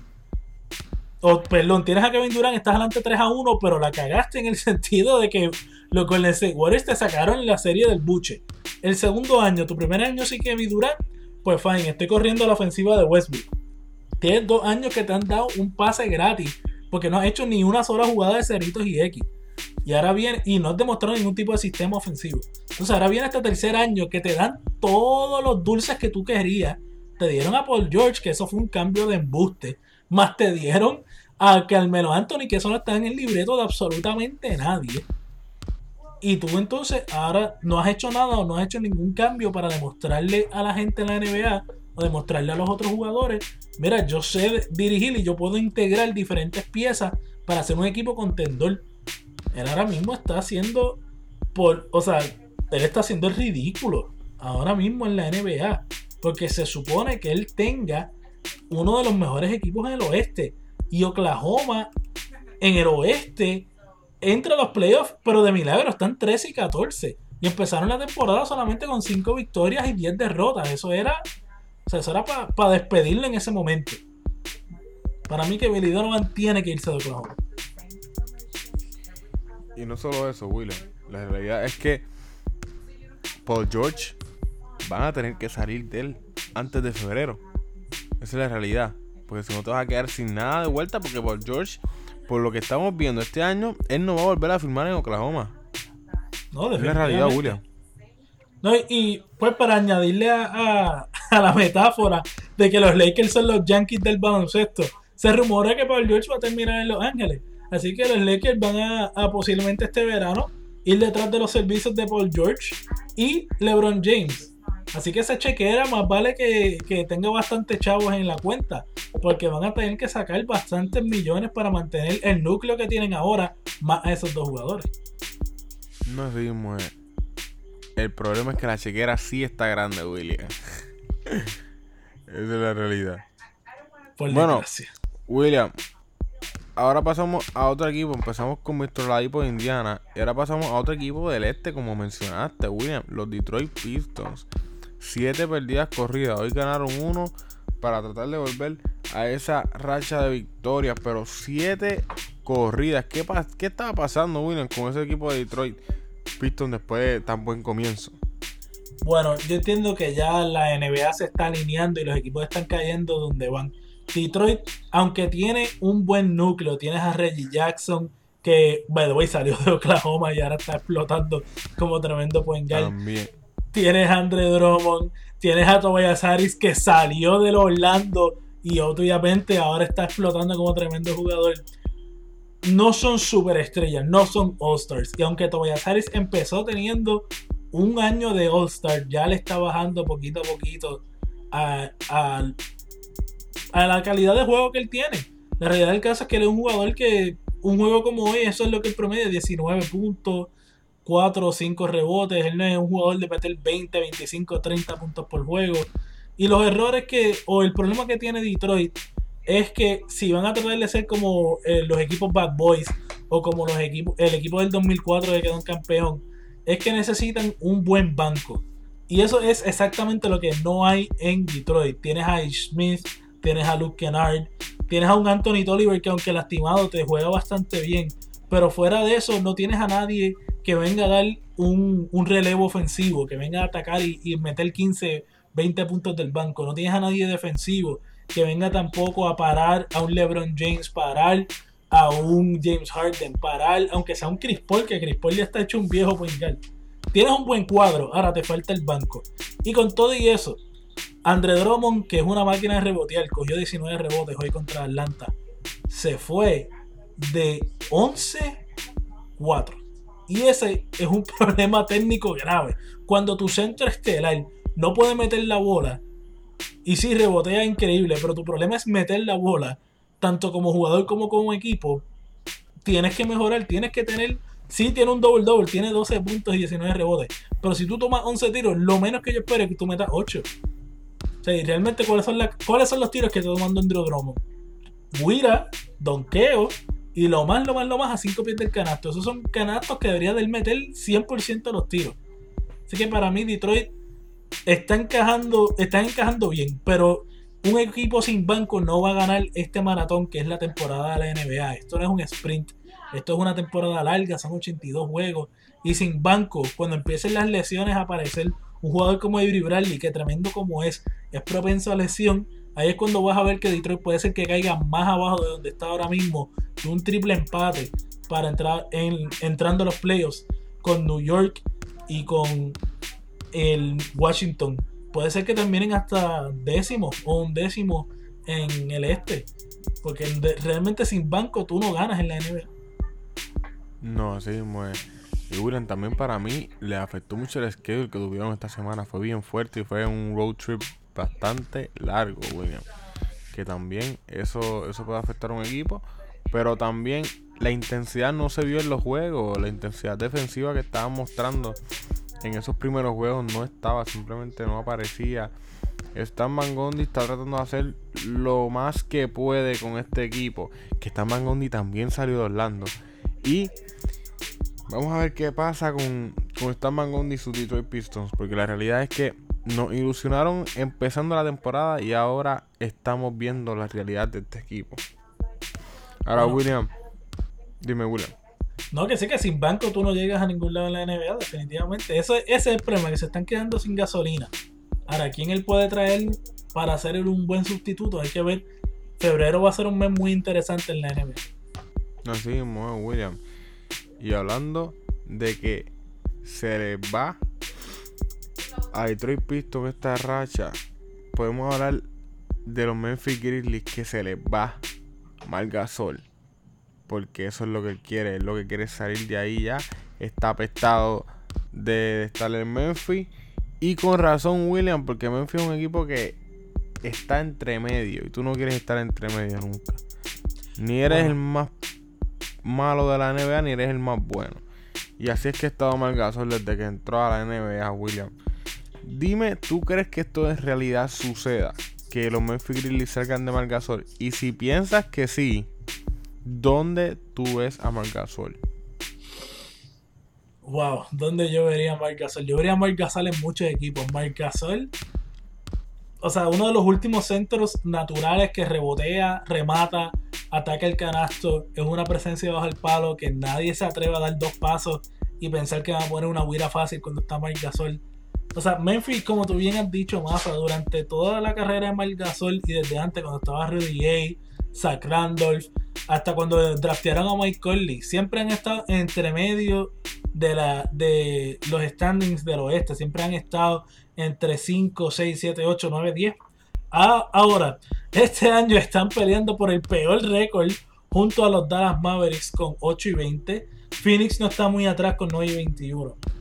Tienes a Kevin Durant, estás adelante 3-1, pero la cagaste en el sentido de que los Golden State Warriors te sacaron la serie del buche. El segundo año, tu primer año sí Kevin Durant, pues fine, estoy corriendo a la ofensiva de Westbrook. Tienes 2 años que te han dado un pase gratis, porque no has hecho ni una sola jugada de ceritos y X. Y ahora viene, y no has demostrado ningún tipo de sistema ofensivo. Entonces ahora viene este tercer año que te dan todos los dulces que tú querías. Te dieron a Paul George, que eso fue un cambio de embuste. Más te dieron a Carmelo Anthony, que eso no está en el libreto de absolutamente nadie. Y tú entonces ahora no has hecho nada o no has hecho ningún cambio para demostrarle a la gente en la NBA o demostrarle a los otros jugadores, mira, yo sé dirigir y yo puedo integrar diferentes piezas para hacer un equipo contendor. Él ahora mismo está haciendo él está haciendo el ridículo ahora mismo en la NBA, porque se supone que él tenga uno de los mejores equipos en el oeste y Oklahoma en el oeste entra a los playoffs, pero de milagro están 13 y 14 y empezaron la temporada solamente con 5 victorias y 10 derrotas. Eso era para despedirlo en ese momento. Para mí que Billy Donovan tiene que irse de Oklahoma. Y no solo eso, William, la realidad es que Paul George van a tener que salir de él antes de febrero. Esa es la realidad, porque si no te vas a quedar sin nada de vuelta, porque Paul George, por lo que estamos viendo este año, él no va a volver a firmar en Oklahoma. No, es la realidad, William. No, y pues para añadirle a la metáfora de que los Lakers son los Yankees del baloncesto, se rumora que Paul George va a terminar en Los Ángeles. Así que los Lakers van a posiblemente este verano ir detrás de los servicios de Paul George y LeBron James. Así que esa chequera más vale que tenga bastantes chavos en la cuenta, porque van a tener que sacar bastantes millones para mantener el núcleo que tienen ahora, más a esos 2 jugadores. No es mismo. El problema es que la chequera sí está grande, William. Esa es la realidad. Bueno, William, ahora pasamos a otro equipo. Empezamos con Mr. Ladipo de Indiana. Y ahora pasamos a otro equipo del este, como mencionaste, William. Los Detroit Pistons. 7 perdidas corridas. Hoy ganaron 1 para tratar de volver a esa racha de victorias. Pero 7 corridas. ¿Qué estaba pasando, William, con ese equipo de Detroit Pistons después de tan buen comienzo? Bueno, yo entiendo que ya la NBA se está alineando y los equipos están cayendo donde van. Detroit, aunque tiene un buen núcleo, tienes a Reggie Jackson, que by the way salió de Oklahoma y ahora está explotando como tremendo point guard. También. Tienes a Andre Drummond, tienes a Tobias Harris, que salió del Orlando y obviamente ahora está explotando como tremendo jugador. No son superestrellas, no son All-Stars. Y aunque Tobias Harris empezó teniendo un año de All-Star ya le está bajando poquito a poquito a la calidad de juego que él tiene. La realidad del caso es que él es un jugador que un juego como hoy, eso es lo que él promedia, 19 puntos, 4 o 5 rebotes. Él no es un jugador de meter 20, 25, 30 puntos por juego. Y los errores o el problema que tiene Detroit es que si van a tratar de ser como los equipos Bad Boys o como el equipo del 2004 que quedó un campeón, es que necesitan un buen banco. Y eso es exactamente lo que no hay en Detroit. Tienes a Ish Smith, tienes a Luke Kennard, tienes a un Anthony Tolliver que aunque lastimado te juega bastante bien. Pero fuera de eso no tienes a nadie que venga a dar un relevo ofensivo, que venga a atacar y meter 15, 20 puntos del banco. No tienes a nadie defensivo que venga tampoco a parar a un LeBron James, parar a un James Harden, parar, aunque sea un Chris Paul, que Chris Paul ya está hecho un viejo point guard. Tienes un buen cuadro, ahora te falta el banco. Y con todo y eso, Andre Drummond, que es una máquina de rebotear, cogió 19 rebotes hoy contra Atlanta, se fue de 11-4. Y ese es un problema técnico grave. Cuando tu centro estelar no puede meter la bola, y sí, rebotea increíble, pero tu problema es meter la bola, tanto como jugador como como equipo, tienes que mejorar, tienes que tener... Sí, tiene un double-double, tiene 12 puntos y 19 rebotes, pero si tú tomas 11 tiros, lo menos que yo espero es que tú metas 8. O sea, y realmente, ¿cuáles son los tiros que está tomando Andre Drummond? Guira, donqueo, y lo más a 5 pies del canasto. Esos son canastos que debería de él meter 100% de los tiros. Así que para mí Detroit están encajando bien, pero un equipo sin banco no va a ganar este maratón que es la temporada de la NBA. Esto no es un sprint, esto es una temporada larga, son 82 juegos, y sin banco, cuando empiecen las lesiones a aparecer, un jugador como Avery Bradley, que tremendo como es propenso a lesión, ahí es cuando vas a ver que Detroit puede ser que caiga más abajo de donde está ahora mismo, de un triple empate para entrando a los playoffs con New York y con el Washington. Puede ser que terminen hasta 10º o 11º en el este, porque realmente sin banco tú no ganas en la NBA. No, sí, y William, también para mí le afectó mucho el schedule que tuvieron esta semana. Fue bien fuerte y fue un road trip bastante largo, William. Que también eso puede afectar a un equipo, pero también la intensidad no se vio en los juegos. La intensidad defensiva que estaban mostrando en esos primeros juegos no estaba, simplemente no aparecía. Stan Van Gundy está tratando de hacer lo más que puede con este equipo, que Stan Van Gundy también salió de Orlando. Y vamos a ver qué pasa con Stan Van Gundy y sus Detroit Pistons, porque la realidad es que nos ilusionaron empezando la temporada y ahora estamos viendo la realidad de este equipo. Ahora, bueno, William, dime, William. No, que sé que sin banco tú no llegas a ningún lado en la NBA, definitivamente. Ese es el problema, que se están quedando sin gasolina. Ahora, ¿quién él puede traer para hacer un buen sustituto? Hay que ver. Febrero va a ser un mes muy interesante en la NBA. Así mismo, William. Y hablando de que se les va a Detroit Pistons esta racha, podemos hablar de los Memphis Grizzlies, que se les va Marc Gasol, porque eso es lo que él quiere. Él lo que quiere es salir de ahí ya. Está apestado de estar en Memphis, y con razón, William, porque Memphis es un equipo que está entre medio y tú no quieres estar entre medio nunca. Ni eres el más malo de la NBA, ni eres el más bueno. Y así es que ha estado Marc Gasol desde que entró a la NBA, William. Dime, ¿tú crees que esto en realidad suceda? Que los Memphis Grizzlies salgan de Marc Gasol. Y si piensas que sí, ¿dónde tú ves a Marc Gasol? Wow, ¿dónde yo vería a Marc Gasol? Yo vería a Marc Gasol en muchos equipos. Marc Gasol, o sea, uno de los últimos centros naturales que rebotea, remata, ataca el canasto, es una presencia bajo el palo que nadie se atreve a dar 2 pasos y pensar que va a poner una huira fácil cuando está Marc Gasol. O sea, Memphis, como tú bien has dicho, Mafa, durante toda la carrera de Marc Gasol y desde antes, cuando estaba Rudy Gay, Zach Randolph, hasta cuando draftearon a Mike Conley, siempre han estado entre medio de los standings del oeste. Siempre han estado entre 5, 6, 7, 8, 9, 10. Ahora, este año están peleando por el peor récord junto a los Dallas Mavericks con 8-20. Phoenix no está muy atrás con 9-21.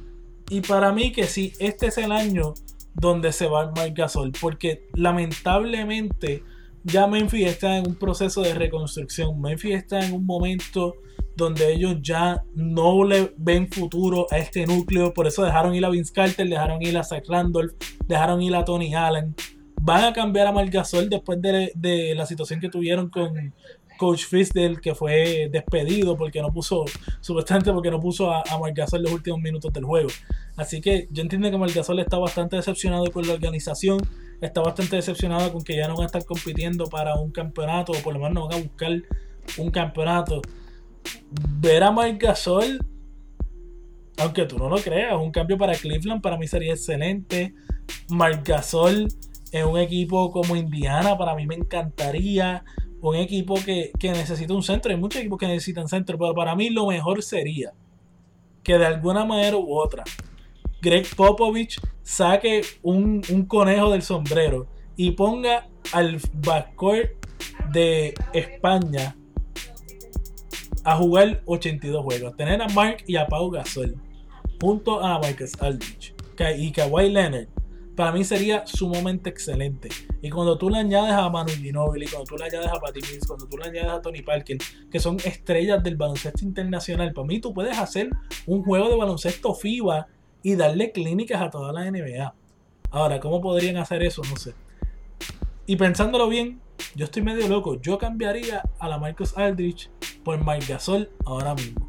Y para mí que sí, este es el año donde se va Marc Gasol, porque lamentablemente ya Memphis está en un proceso de reconstrucción. Memphis está en un momento donde ellos ya no le ven futuro a este núcleo, por eso dejaron ir a Vince Carter, dejaron ir a Zach Randolph, dejaron ir a Tony Allen. Van a cambiar a Marc Gasol después de la situación que tuvieron con Coach Fizdale, que fue despedido porque no puso, supuestamente porque no puso a Marc Gasol los últimos minutos del juego. Así que yo entiendo que Marc Gasol está bastante decepcionado con la organización, está bastante decepcionado con que ya no van a estar compitiendo para un campeonato, o por lo menos no van a buscar un campeonato. Ver a Marc Gasol, aunque tú no lo creas, un cambio para Cleveland para mí sería excelente. Marc Gasol en un equipo como Indiana para mí me encantaría. Un equipo que necesita un centro. Hay muchos equipos que necesitan centro, pero para mí lo mejor sería que de alguna manera u otra Greg Popovich saque un conejo del sombrero y ponga al backcourt de España a jugar 82 juegos. Tener a Marc y a Pau Gasol junto a Marcus Aldridge y Kawhi Leonard, para mí sería sumamente excelente. Y cuando tú le añades a Manu Ginobili, cuando tú le añades a Patty Mills, cuando tú le añades a Tony Parker, que son estrellas del baloncesto internacional, para mí tú puedes hacer un juego de baloncesto FIBA y darle clínicas a toda la NBA. Ahora, ¿cómo podrían hacer eso? No sé. Y pensándolo bien, yo estoy medio loco. Yo cambiaría a la Marcus Aldridge por Marc Gasol ahora mismo.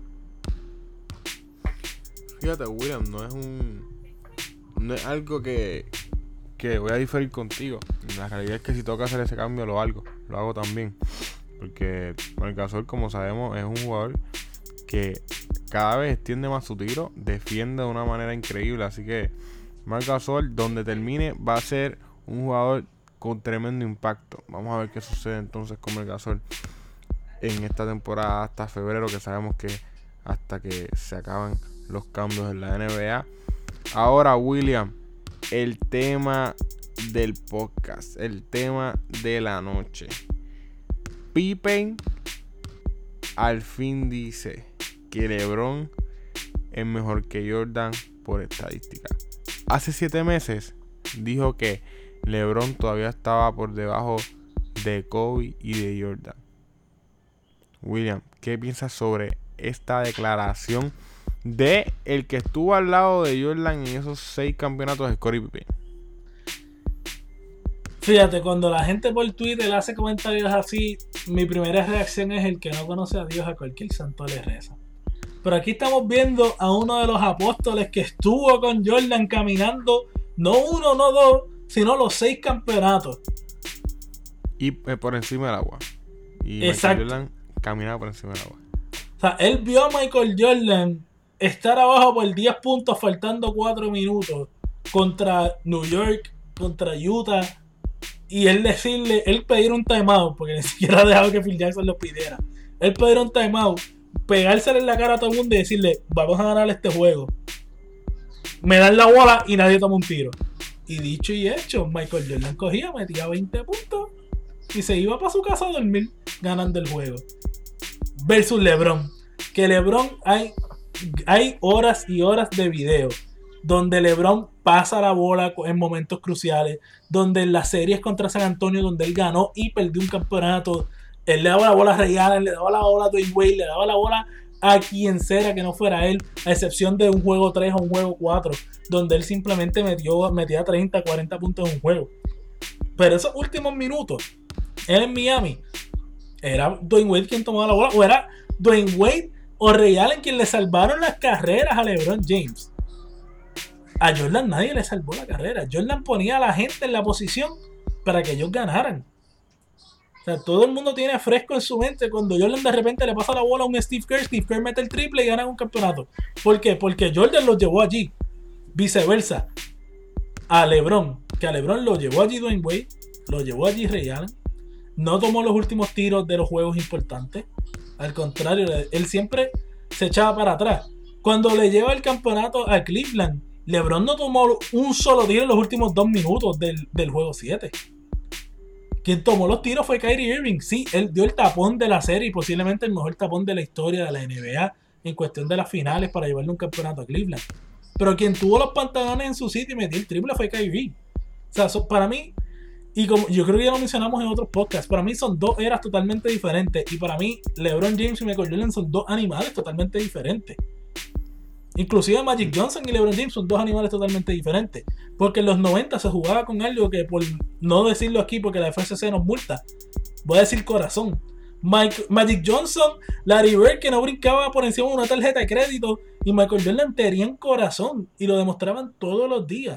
Fíjate, William, no es algo que voy a diferir contigo. La realidad es que si toca hacer ese cambio lo hago también. Porque Marc Gasol, como sabemos, es un jugador que cada vez extiende más su tiro, defiende de una manera increíble. Así que Marc Gasol, donde termine, va a ser un jugador con tremendo impacto. Vamos a ver qué sucede entonces con Marc Gasol en esta temporada hasta febrero, que sabemos que hasta que se acaban los cambios en la NBA. Ahora, William, el tema del podcast, el tema de la noche. Pippen al fin dice que LeBron es mejor que Jordan por estadística. Hace 7 meses dijo que LeBron todavía estaba por debajo de Kobe y de Jordan. William, ¿qué piensas sobre esta declaración de el que estuvo al lado de Jordan en esos 6 campeonatos de Scottie Pippen? Fíjate, cuando la gente por Twitter hace comentarios así, mi primera reacción es: el que no conoce a Dios, a cualquier santo le reza. Pero aquí estamos viendo a uno de los apóstoles que estuvo con Jordan caminando, no uno, no dos, sino los 6 campeonatos. Y por encima del agua. Y exacto. Michael Jordan caminaba por encima del agua. O sea, él vio a Michael Jordan estar abajo por 10 puntos faltando 4 minutos contra New York, contra Utah, y él pedir un timeout, porque ni siquiera ha dejado que Phil Jackson lo pidiera. Él pedir un timeout, pegársele en la cara a todo el mundo y decirle: vamos a ganar este juego. Me dan la bola y nadie toma un tiro. Y dicho y hecho, Michael Jordan cogía, metía 20 puntos y se iba para su casa a dormir ganando el juego. Versus LeBron. Que LeBron hay horas y horas de video donde LeBron pasa la bola en momentos cruciales, donde en las series contra San Antonio, donde él ganó y perdió un campeonato, él le daba la bola a Ray Allen, le daba la bola a Dwayne Wade, le daba la bola a quien sea que no fuera él, a excepción de un juego 3 o un juego 4, donde él simplemente metía 30, 40 puntos en un juego. Pero esos últimos minutos, él en Miami, era Dwayne Wade quien tomaba la bola, o era Dwayne Wade o Ray Allen quien le salvaron las carreras a LeBron James. A Jordan nadie le salvó la carrera. Jordan ponía a la gente en la posición para que ellos ganaran. O sea, todo el mundo tiene fresco en su mente cuando Jordan de repente le pasa la bola a un Steve Kerr mete el triple y gana un campeonato. ¿Por qué? Porque Jordan los llevó allí. Viceversa, a LeBron, que a LeBron lo llevó allí Dwayne Wade, lo llevó allí Ray Allen, no tomó los últimos tiros de los juegos importantes. Al contrario, él siempre se echaba para atrás. Cuando le lleva el campeonato a Cleveland, LeBron no tomó un solo tiro en los últimos 2 minutos del juego 7. Quien tomó los tiros fue Kyrie Irving. Sí, él dio el tapón de la serie y posiblemente el mejor tapón de la historia de la NBA en cuestión de las finales para llevarle un campeonato a Cleveland. Pero quien tuvo los pantalones en su sitio y metió el triple fue Kyrie. O sea, para mí, y como yo creo que ya lo mencionamos en otros podcasts, para mí son dos eras totalmente diferentes. Y para mí, LeBron James y Michael Jordan son dos animales totalmente diferentes. Inclusive Magic Johnson y LeBron James son dos animales totalmente diferentes. Porque en los 90 se jugaba con algo que, por no decirlo aquí porque la FCC nos multa, voy a decir corazón. Magic Johnson, Larry Bird, que no brincaba por encima de una tarjeta de crédito, y Michael Jordan tenían corazón y lo demostraban todos los días.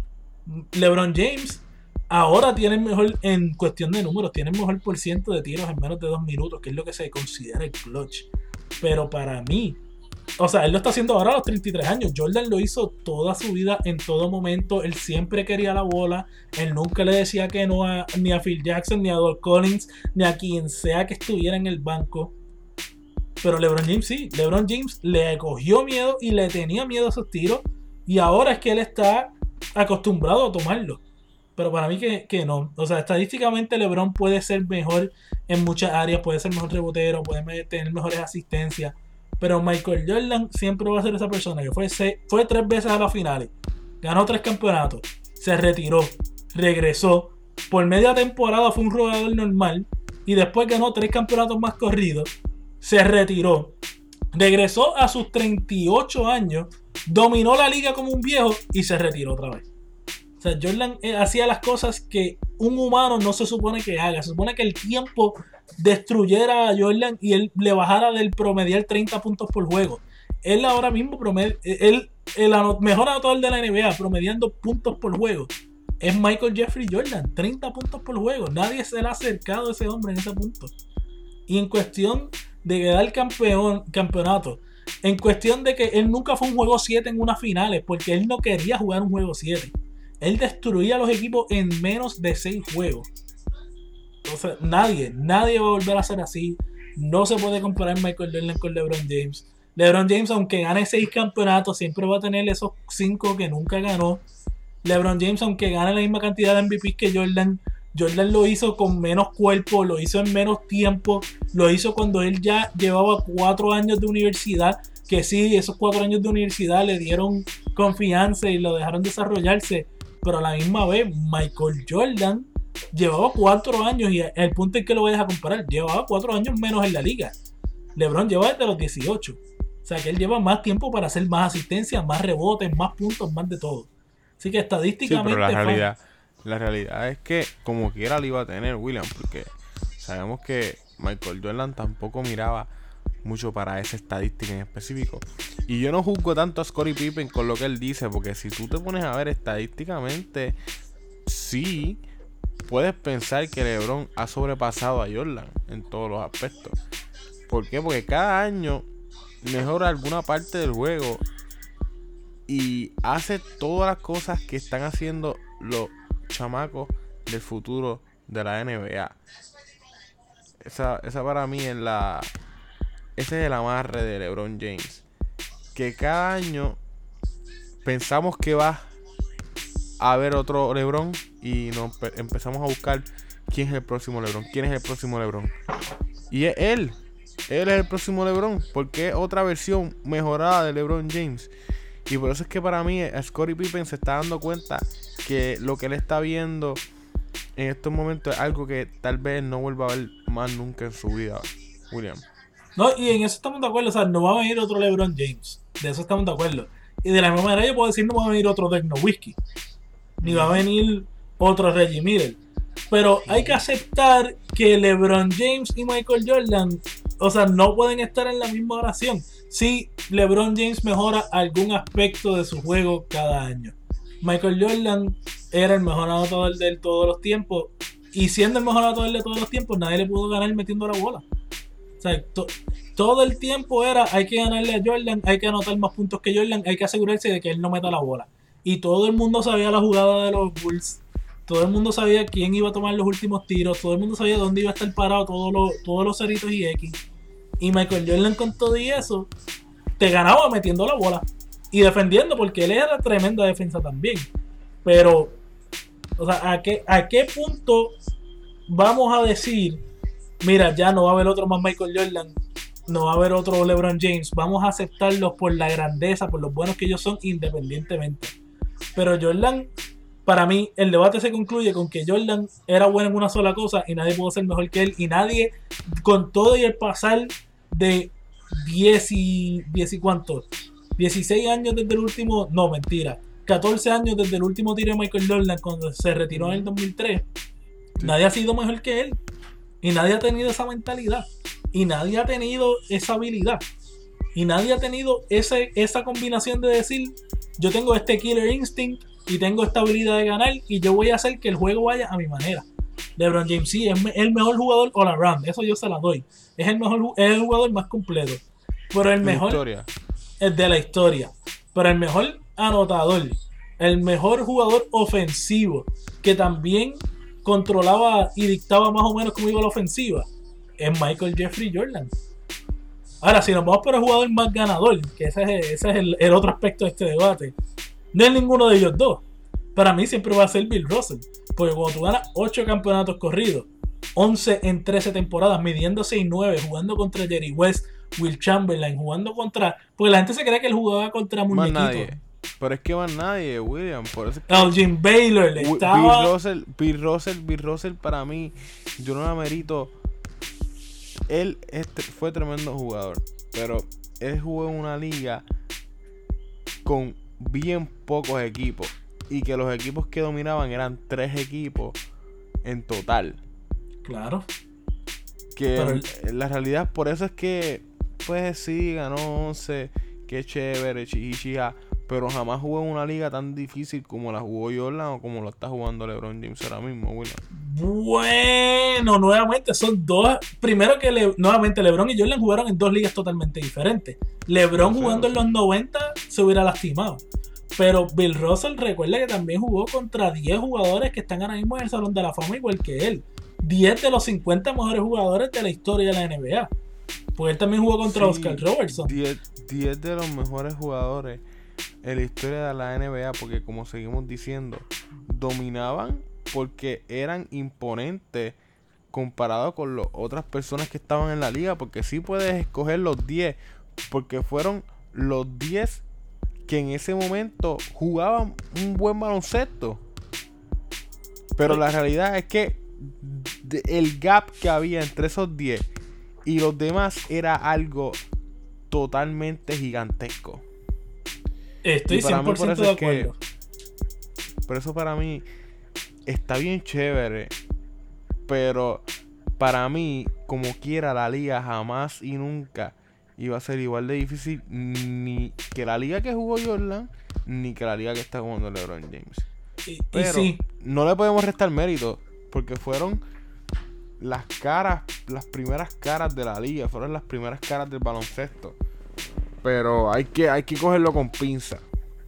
LeBron James ahora tiene mejor, en cuestión de números, tiene mejor % de tiros en menos de 2 minutos, que es lo que se considera el clutch. Pero para mí, o sea, él lo está haciendo ahora a los 33 años. Jordan lo hizo toda su vida, en todo momento. Él siempre quería la bola. Él nunca le decía que no ni a Phil Jackson, ni a Doc Collins, ni a quien sea que estuviera en el banco. Pero LeBron James sí. LeBron James le cogió miedo y le tenía miedo a esos tiros. Y ahora es que él está acostumbrado a tomarlo. Pero para mí que no. O sea, estadísticamente LeBron puede ser mejor en muchas áreas. Puede ser mejor rebotero. Puede tener mejores asistencias. Pero Michael Jordan siempre va a ser esa persona que fue 3 veces a las finales, ganó 3 campeonatos, se retiró, regresó, por media temporada fue un jugador normal y después ganó 3 campeonatos más corridos, se retiró, regresó a sus 38 años, dominó la liga como un viejo y se retiró otra vez. O sea, Jordan hacía las cosas que un humano no se supone que haga. Se supone que el tiempo destruyera a Jordan y él le bajara del promediar 30 puntos por juego. Él ahora mismo el mejor anotador de la NBA promediando puntos por juego es Michael Jeffrey Jordan, 30 puntos por juego. Nadie se le ha acercado a ese hombre en ese punto. Y en cuestión de quedar campeonato, en cuestión de que él nunca fue un juego 7 en unas finales, porque él no quería jugar un juego 7. Él destruía a los equipos en menos de 6 juegos. Entonces, nadie va a volver a ser así. No se puede comparar Michael Jordan con LeBron James. LeBron James, aunque gane 6 campeonatos, siempre va a tener esos 5 que nunca ganó. LeBron James, aunque gane la misma cantidad de MVP que Jordan lo hizo con menos cuerpo, lo hizo en menos tiempo, lo hizo cuando él ya llevaba 4 años de universidad, que sí, esos 4 años de universidad le dieron confianza y lo dejaron desarrollarse, pero a la misma vez Michael Jordan llevaba 4 años, y el punto en que lo voy a comparar, llevaba 4 años menos en la liga. LeBron lleva desde los 18, o sea que él lleva más tiempo para hacer más asistencia, más rebotes, más puntos, más de todo. Así que estadísticamente... Sí, pero la realidad es que como quiera lo iba a tener William, porque sabemos que Michael Jordan tampoco miraba mucho para esa estadística en específico. Y yo no juzgo tanto a Scottie Pippen con lo que él dice, porque si tú te pones a ver estadísticamente, sí, puedes pensar que LeBron ha sobrepasado a Jordan en todos los aspectos. ¿Por qué? Porque cada año mejora alguna parte del juego y hace todas las cosas que están haciendo los chamacos del futuro de la NBA. Esa para mí es ese es el amarre de LeBron James, que cada año pensamos que va a haber otro LeBron y nos empezamos a buscar quién es el próximo LeBron, y es él es el próximo LeBron, porque es otra versión mejorada de LeBron James. Y por eso es que para mí Scottie Pippen se está dando cuenta que lo que él está viendo en estos momentos es algo que tal vez no vuelva a ver más nunca en su vida, William. No, y en eso estamos de acuerdo. O sea, no va a venir otro LeBron James. De eso estamos de acuerdo. Y de la misma manera yo puedo decir, no va a venir otro Dirk Nowitzki, ni va a venir otro Reggie Miller. Pero hay que aceptar que LeBron James y Michael Jordan, o sea, no pueden estar en la misma oración. Sí, LeBron James mejora algún aspecto de su juego cada año. Michael Jordan era el mejor anotador de todos los tiempos, y siendo el mejor anotador de todos los tiempos, nadie le pudo ganar metiendo la bola. O sea, todo el tiempo era, hay que ganarle a Jordan, hay que anotar más puntos que Jordan, hay que asegurarse de que él no meta la bola. Y todo el mundo sabía la jugada de los Bulls, todo el mundo sabía quién iba a tomar los últimos tiros, todo el mundo sabía dónde iba a estar parado todos los ceritos y X. Y Michael Jordan, con todo y eso, te ganaba metiendo la bola y defendiendo, porque él era tremenda defensa también. Pero, o sea, ¿a qué punto vamos a decir, mira, ya no va a haber otro más Michael Jordan, no va a haber otro LeBron James. Vamos a aceptarlos por la grandeza, por los buenos que ellos son, independientemente. Pero Jordan, para mí, el debate se concluye con que Jordan era bueno en una sola cosa y nadie pudo ser mejor que él. Y nadie, con todo y el pasar de 16 años desde el último, no, mentira, 14 años desde el último tiro de Michael Jordan cuando se retiró en el 2003, nadie ha sido mejor que él. Y nadie ha tenido esa mentalidad. Y nadie ha tenido esa habilidad. Y nadie ha tenido esa combinación de decir, yo tengo este killer instinct y tengo esta habilidad de ganar y yo voy a hacer que el juego vaya a mi manera. LeBron James sí es el mejor jugador all around, eso yo se la doy. Es el jugador más completo. Pero el mejor es de la historia. Pero el mejor anotador, el mejor jugador ofensivo, que también controlaba y dictaba más o menos cómo iba la ofensiva, es Michael Jeffrey Jordan. Ahora, si nos vamos por el jugador más ganador, que ese es el otro aspecto de este debate, no es ninguno de ellos dos. Para mí siempre va a ser Bill Russell. Porque cuando tú ganas 8 campeonatos corridos, 11 en 13 temporadas, midiendo 6'9", jugando contra Jerry West, Will Chamberlain, jugando contra... Porque la gente se cree que él jugaba contra muñequitos. Pero es que más nadie, William. Por eso es que Elgin Baylor le estaba... Bill Russell para mí, yo no la merito. Él fue tremendo jugador, pero él jugó en una liga con bien pocos equipos y que los equipos que dominaban eran 3 equipos en total. Claro. Que pero la realidad, por eso es que pues sí, ganó 11, qué chévere, chichija, pero jamás jugó en una liga tan difícil como la jugó Jordan o como lo está jugando LeBron James ahora mismo, William. Bueno, nuevamente son dos. Primero que nuevamente LeBron y Jordan jugaron en 2 ligas totalmente diferentes. LeBron jugando en los 90 se hubiera lastimado. Pero Bill Russell, recuerda que también jugó contra 10 jugadores que están ahora mismo en el Salón de la Fama igual que él. 10 de los 50 mejores jugadores de la historia de la NBA. Pues él también jugó contra Oscar Robertson. 10 de los mejores jugadores en la historia de la NBA, porque como seguimos diciendo, dominaban porque eran imponentes comparado con las otras personas que estaban en la liga, porque sí puedes escoger los 10, porque fueron los 10 que en ese momento jugaban un buen baloncesto. Pero la realidad es que el gap que había entre esos 10 y los demás era algo totalmente gigantesco. Estoy 100% de acuerdo. Por eso para mí está bien chévere, pero para mí, como quiera, la liga jamás y nunca iba a ser igual de difícil ni que la liga que jugó Jordan, ni que la liga que está jugando LeBron James. Pero sí, no le podemos restar mérito, porque fueron las primeras caras de la liga, fueron las primeras caras del baloncesto. Pero hay que cogerlo con pinza.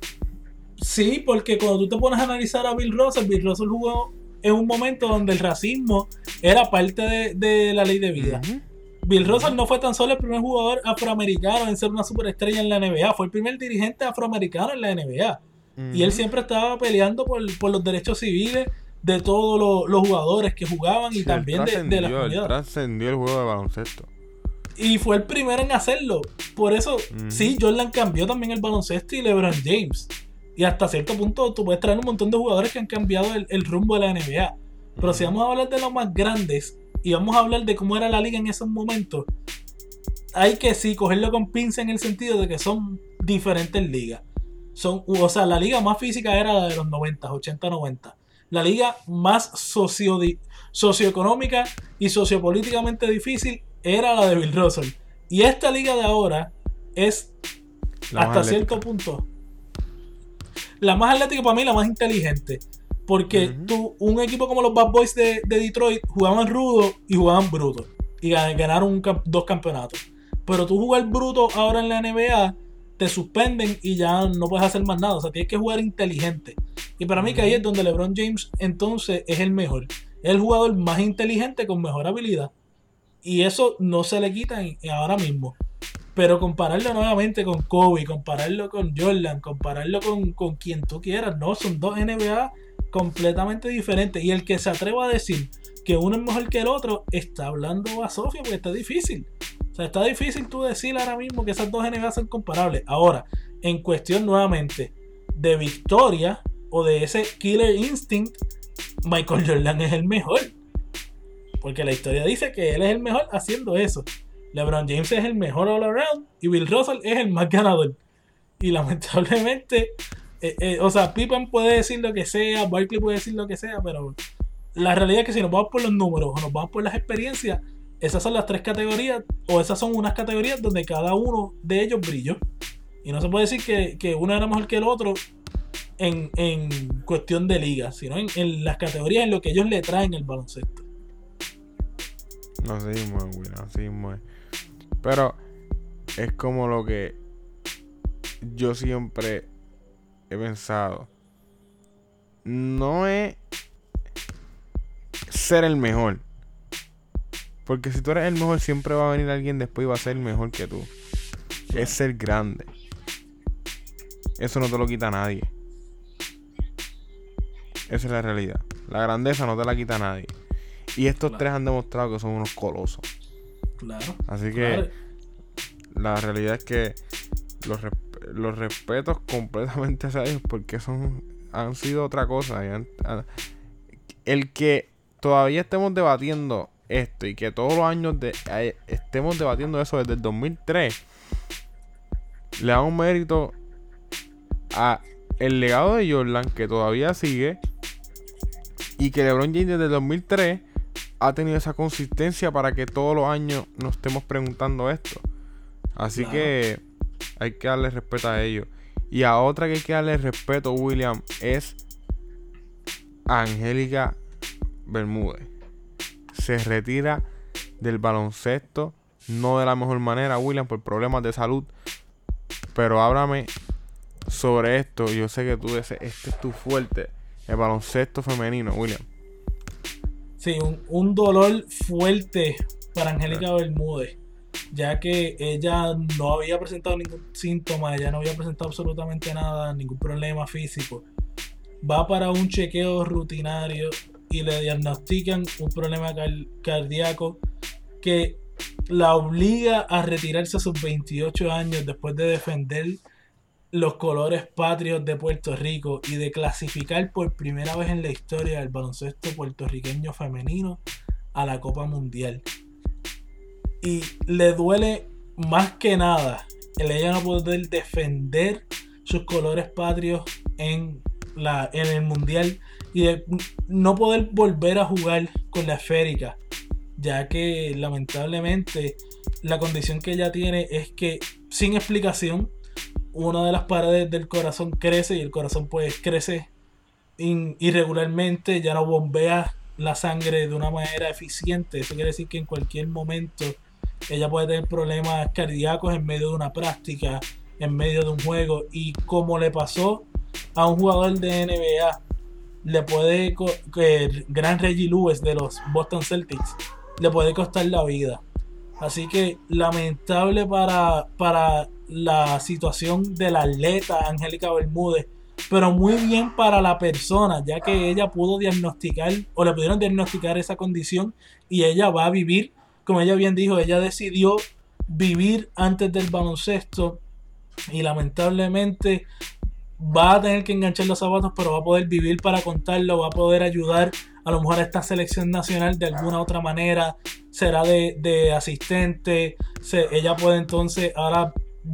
Sí, porque cuando tú te pones a analizar a Bill Russell jugó en un momento donde el racismo era parte de la ley de vida. Uh-huh. Bill Russell no fue tan solo el primer jugador afroamericano en ser una superestrella en la NBA, fue el primer dirigente afroamericano en la NBA. Uh-huh. Y él siempre estaba peleando por los derechos civiles de todos los jugadores que jugaban y sí, también de la comunidad. Él trascendió el juego de baloncesto. Y fue el primero en hacerlo. Por eso, sí, Jordan cambió también el baloncesto y LeBron James. Y hasta cierto punto tú puedes traer un montón de jugadores que han cambiado el rumbo de la NBA. Pero si vamos a hablar de los más grandes y vamos a hablar de cómo era la liga en esos momentos, hay que sí cogerlo con pinza en el sentido de que son diferentes ligas. O sea, la liga más física era la de los 90, 80-90. La liga más socioeconómica y sociopolíticamente difícil era la de Bill Russell. Y esta liga de ahora es hasta cierto punto la más atlética, para mí la más inteligente. Porque un equipo como los Bad Boys de Detroit jugaban rudo y jugaban bruto. Y ganaron 2 campeonatos. Pero tú jugar bruto ahora en la NBA, te suspenden y ya no puedes hacer más nada. O sea, tienes que jugar inteligente. Y para mí que ahí es donde LeBron James entonces es el mejor. Es el jugador más inteligente con mejor habilidad. Y eso no se le quita ahora mismo. Pero compararlo nuevamente con Kobe, compararlo con Jordan, compararlo con quien tú quieras, no, son 2 NBA completamente diferentes. Y el que se atreva a decir que uno es mejor que el otro, está hablando a Sofía porque está difícil. O sea, está difícil tú decir ahora mismo que esas dos NBA son comparables. Ahora, en cuestión nuevamente de victoria o de ese killer instinct, Michael Jordan es el mejor. Porque la historia dice que él es el mejor haciendo eso. LeBron James es el mejor all around y Bill Russell es el más ganador. Y lamentablemente, o sea, Pippen puede decir lo que sea, Barkley puede decir lo que sea, pero la realidad es que si nos vamos por los números o nos vamos por las experiencias, esas son las tres categorías, o esas son unas categorías donde cada uno de ellos brilló. Y no se puede decir que uno era mejor que el otro en cuestión de liga, sino en las categorías, en lo que ellos le traen al baloncesto. No sé, Will, así mismo es. Pero es como lo que yo siempre he pensado. No es ser el mejor. Porque si tú eres el mejor, siempre va a venir alguien después y va a ser mejor que tú. Es ser grande. Eso no te lo quita nadie. Esa es la realidad. La grandeza no te la quita nadie. Y estos tres han demostrado que son unos colosos. Claro. Así que la realidad es que los respetos completamente a ellos, porque han sido otra cosa. El que todavía estemos debatiendo esto y que todos los años estemos debatiendo eso desde el 2003, le da un mérito a el legado de Jordan, que todavía sigue, y que LeBron James desde el 2003 ha tenido esa consistencia para que todos los años nos estemos preguntando esto. Así que hay que darle respeto a ellos. Y a otra que hay que darle respeto, William, es a Angélica Bermúdez. Se retira del baloncesto, no de la mejor manera, William, por problemas de salud. Pero háblame sobre esto. Yo sé que este es tu fuerte, el baloncesto femenino, William. Sí, un dolor fuerte para Angélica Bermúdez, ya que ella no había presentado ningún síntoma, ella no había presentado absolutamente nada, ningún problema físico. Va para un chequeo rutinario y le diagnostican un problema cardíaco que la obliga a retirarse a sus 28 años después de defender los colores patrios de Puerto Rico y de clasificar por primera vez en la historia del baloncesto puertorriqueño femenino a la Copa Mundial. Y le duele más que nada el ella no poder defender sus colores patrios en el Mundial y de no poder volver a jugar con la esférica, ya que lamentablemente la condición que ella tiene es que sin explicación una de las paredes del corazón crece y el corazón pues crece irregularmente, ya no bombea la sangre de una manera eficiente. Eso quiere decir que en cualquier momento ella puede tener problemas cardíacos en medio de una práctica, en medio de un juego, y como le pasó a un jugador de NBA, le puede gran Reggie Lewis de los Boston Celtics, le puede costar la vida. Así que lamentable para la situación de la atleta Angélica Bermúdez, pero muy bien para la persona, ya que ella pudo diagnosticar o le pudieron diagnosticar esa condición y ella va a vivir, como ella bien dijo, ella decidió vivir antes del baloncesto y lamentablemente va a tener que enganchar los zapatos, pero va a poder vivir para contarlo, va a poder ayudar a lo mejor a esta selección nacional de alguna otra manera, será de asistente, ella puede entonces ahora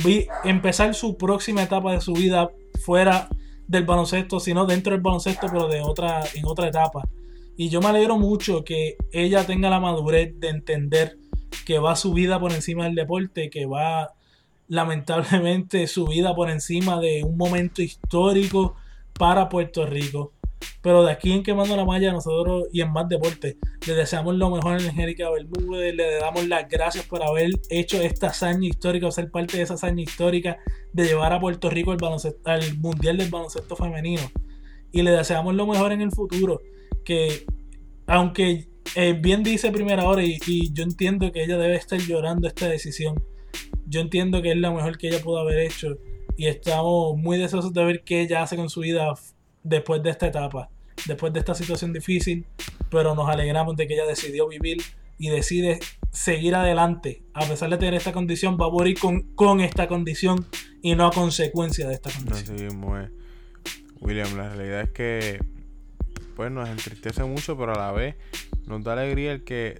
empezar su próxima etapa de su vida fuera del baloncesto, sino dentro del baloncesto, pero en otra etapa. Y yo me alegro mucho que ella tenga la madurez de entender que va su vida por encima del deporte, que va lamentablemente su vida por encima de un momento histórico para Puerto Rico. Pero de aquí en Quemando la Malla, nosotros y en Más Deporte le deseamos lo mejor a Angélica Bermúdez, le damos las gracias por haber hecho esta hazaña histórica o ser parte de esa hazaña histórica de llevar a Puerto Rico al Mundial del Baloncesto Femenino, y le deseamos lo mejor en el futuro, que aunque bien dice Primera Hora y yo entiendo que ella debe estar llorando esta decisión, yo entiendo que es la mejor que ella pudo haber hecho y estamos muy deseosos de ver qué ella hace con su vida después de esta etapa, después de esta situación difícil, pero nos alegramos de que ella decidió vivir y decide seguir adelante, a pesar de tener esta condición, va a morir con esta condición y no a consecuencia de esta condición. Así mismo es. William, la realidad es que pues nos entristece mucho, pero a la vez nos da alegría el que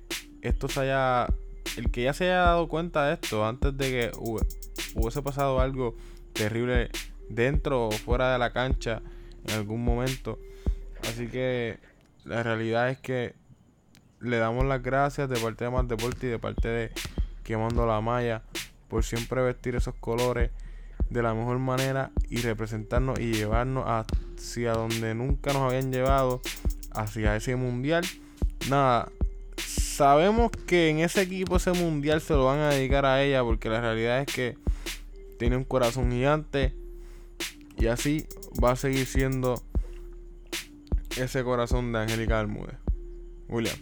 ya se haya dado cuenta de esto antes de que hubiese pasado algo terrible dentro o fuera de la cancha en algún momento. Así que la realidad es que le damos las gracias de parte de Más Deporte y de parte de Quemando la Malla por siempre vestir esos colores de la mejor manera y representarnos y llevarnos hacia donde nunca nos habían llevado, hacia ese mundial. Nada, sabemos que en ese equipo ese mundial se lo van a dedicar a ella, porque la realidad es que tiene un corazón gigante y así va a seguir siendo ese corazón de Angélica Bermúdez. William.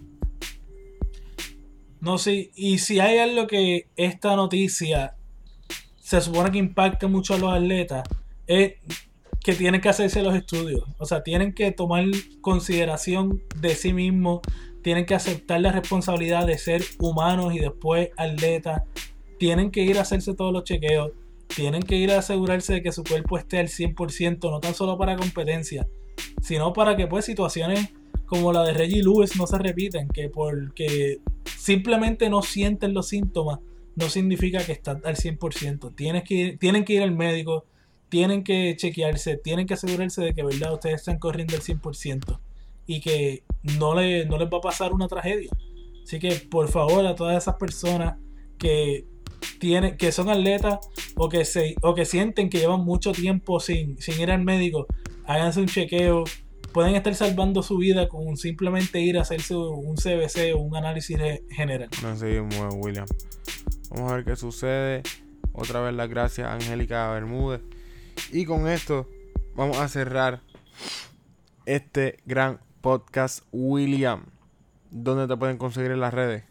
No, sí, y si hay algo que esta noticia se supone que impacta mucho a los atletas, es que tienen que hacerse los estudios. O sea, tienen que tomar consideración de sí mismos, tienen que aceptar la responsabilidad de ser humanos y después atletas. Tienen que ir a hacerse todos los chequeos, tienen que ir a asegurarse de que su cuerpo esté al 100%, no tan solo para competencia, sino para que pues situaciones como la de Reggie Lewis no se repiten, que porque simplemente no sienten los síntomas no significa que están al 100%. Tienen que ir al médico, tienen que chequearse, tienen que asegurarse de que verdad ustedes están corriendo al 100% y que no les va a pasar una tragedia. Así que por favor, a todas esas personas que son atletas o que sienten que llevan mucho tiempo sin ir al médico, háganse un chequeo. Pueden estar salvando su vida con simplemente ir a hacerse un CBC o un análisis general. No seguimos, William. Vamos a ver qué sucede. Otra vez las gracias a Angélica Bermúdez. Y con esto vamos a cerrar este gran podcast. William, ¿dónde te pueden conseguir en las redes?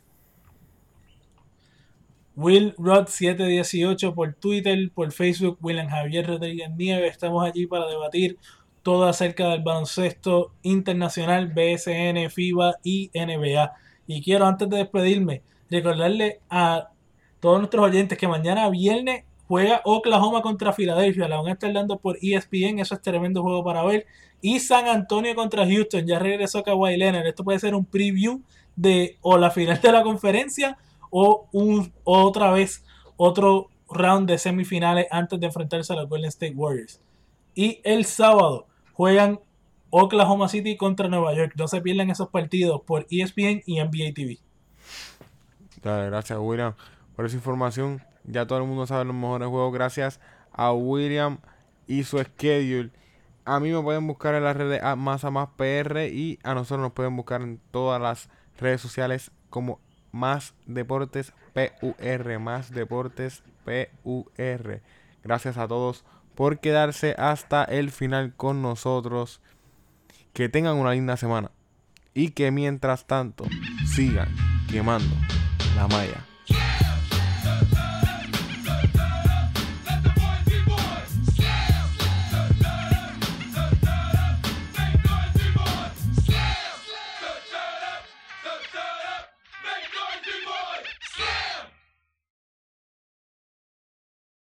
WillRod718 por Twitter, por Facebook, William Javier Rodríguez Nieves. Estamos allí para debatir todo acerca del baloncesto internacional, BSN, FIBA y NBA. Y quiero, antes de despedirme, recordarle a todos nuestros oyentes que mañana viernes juega Oklahoma contra Filadelfia. La van a estar dando por ESPN. Eso es tremendo juego para ver. Y San Antonio contra Houston. Ya regresó Kawhi Leonard. Esto puede ser un preview de o la final de la conferencia o otra vez otro round de semifinales antes de enfrentarse a los Golden State Warriors. Y el sábado juegan Oklahoma City contra Nueva York. No se pierdan esos partidos por ESPN y NBA TV. Dale, gracias William por esa información. Ya todo el mundo sabe los mejores juegos gracias a William y su schedule. A mí me pueden buscar en las redes Más a Más PR y a nosotros nos pueden buscar en todas las redes sociales como Más Deportes PUR. Más Deportes PUR. Gracias a todos por quedarse hasta el final con nosotros. Que tengan una linda semana y que mientras tanto sigan quemando la malla. Make noise, people!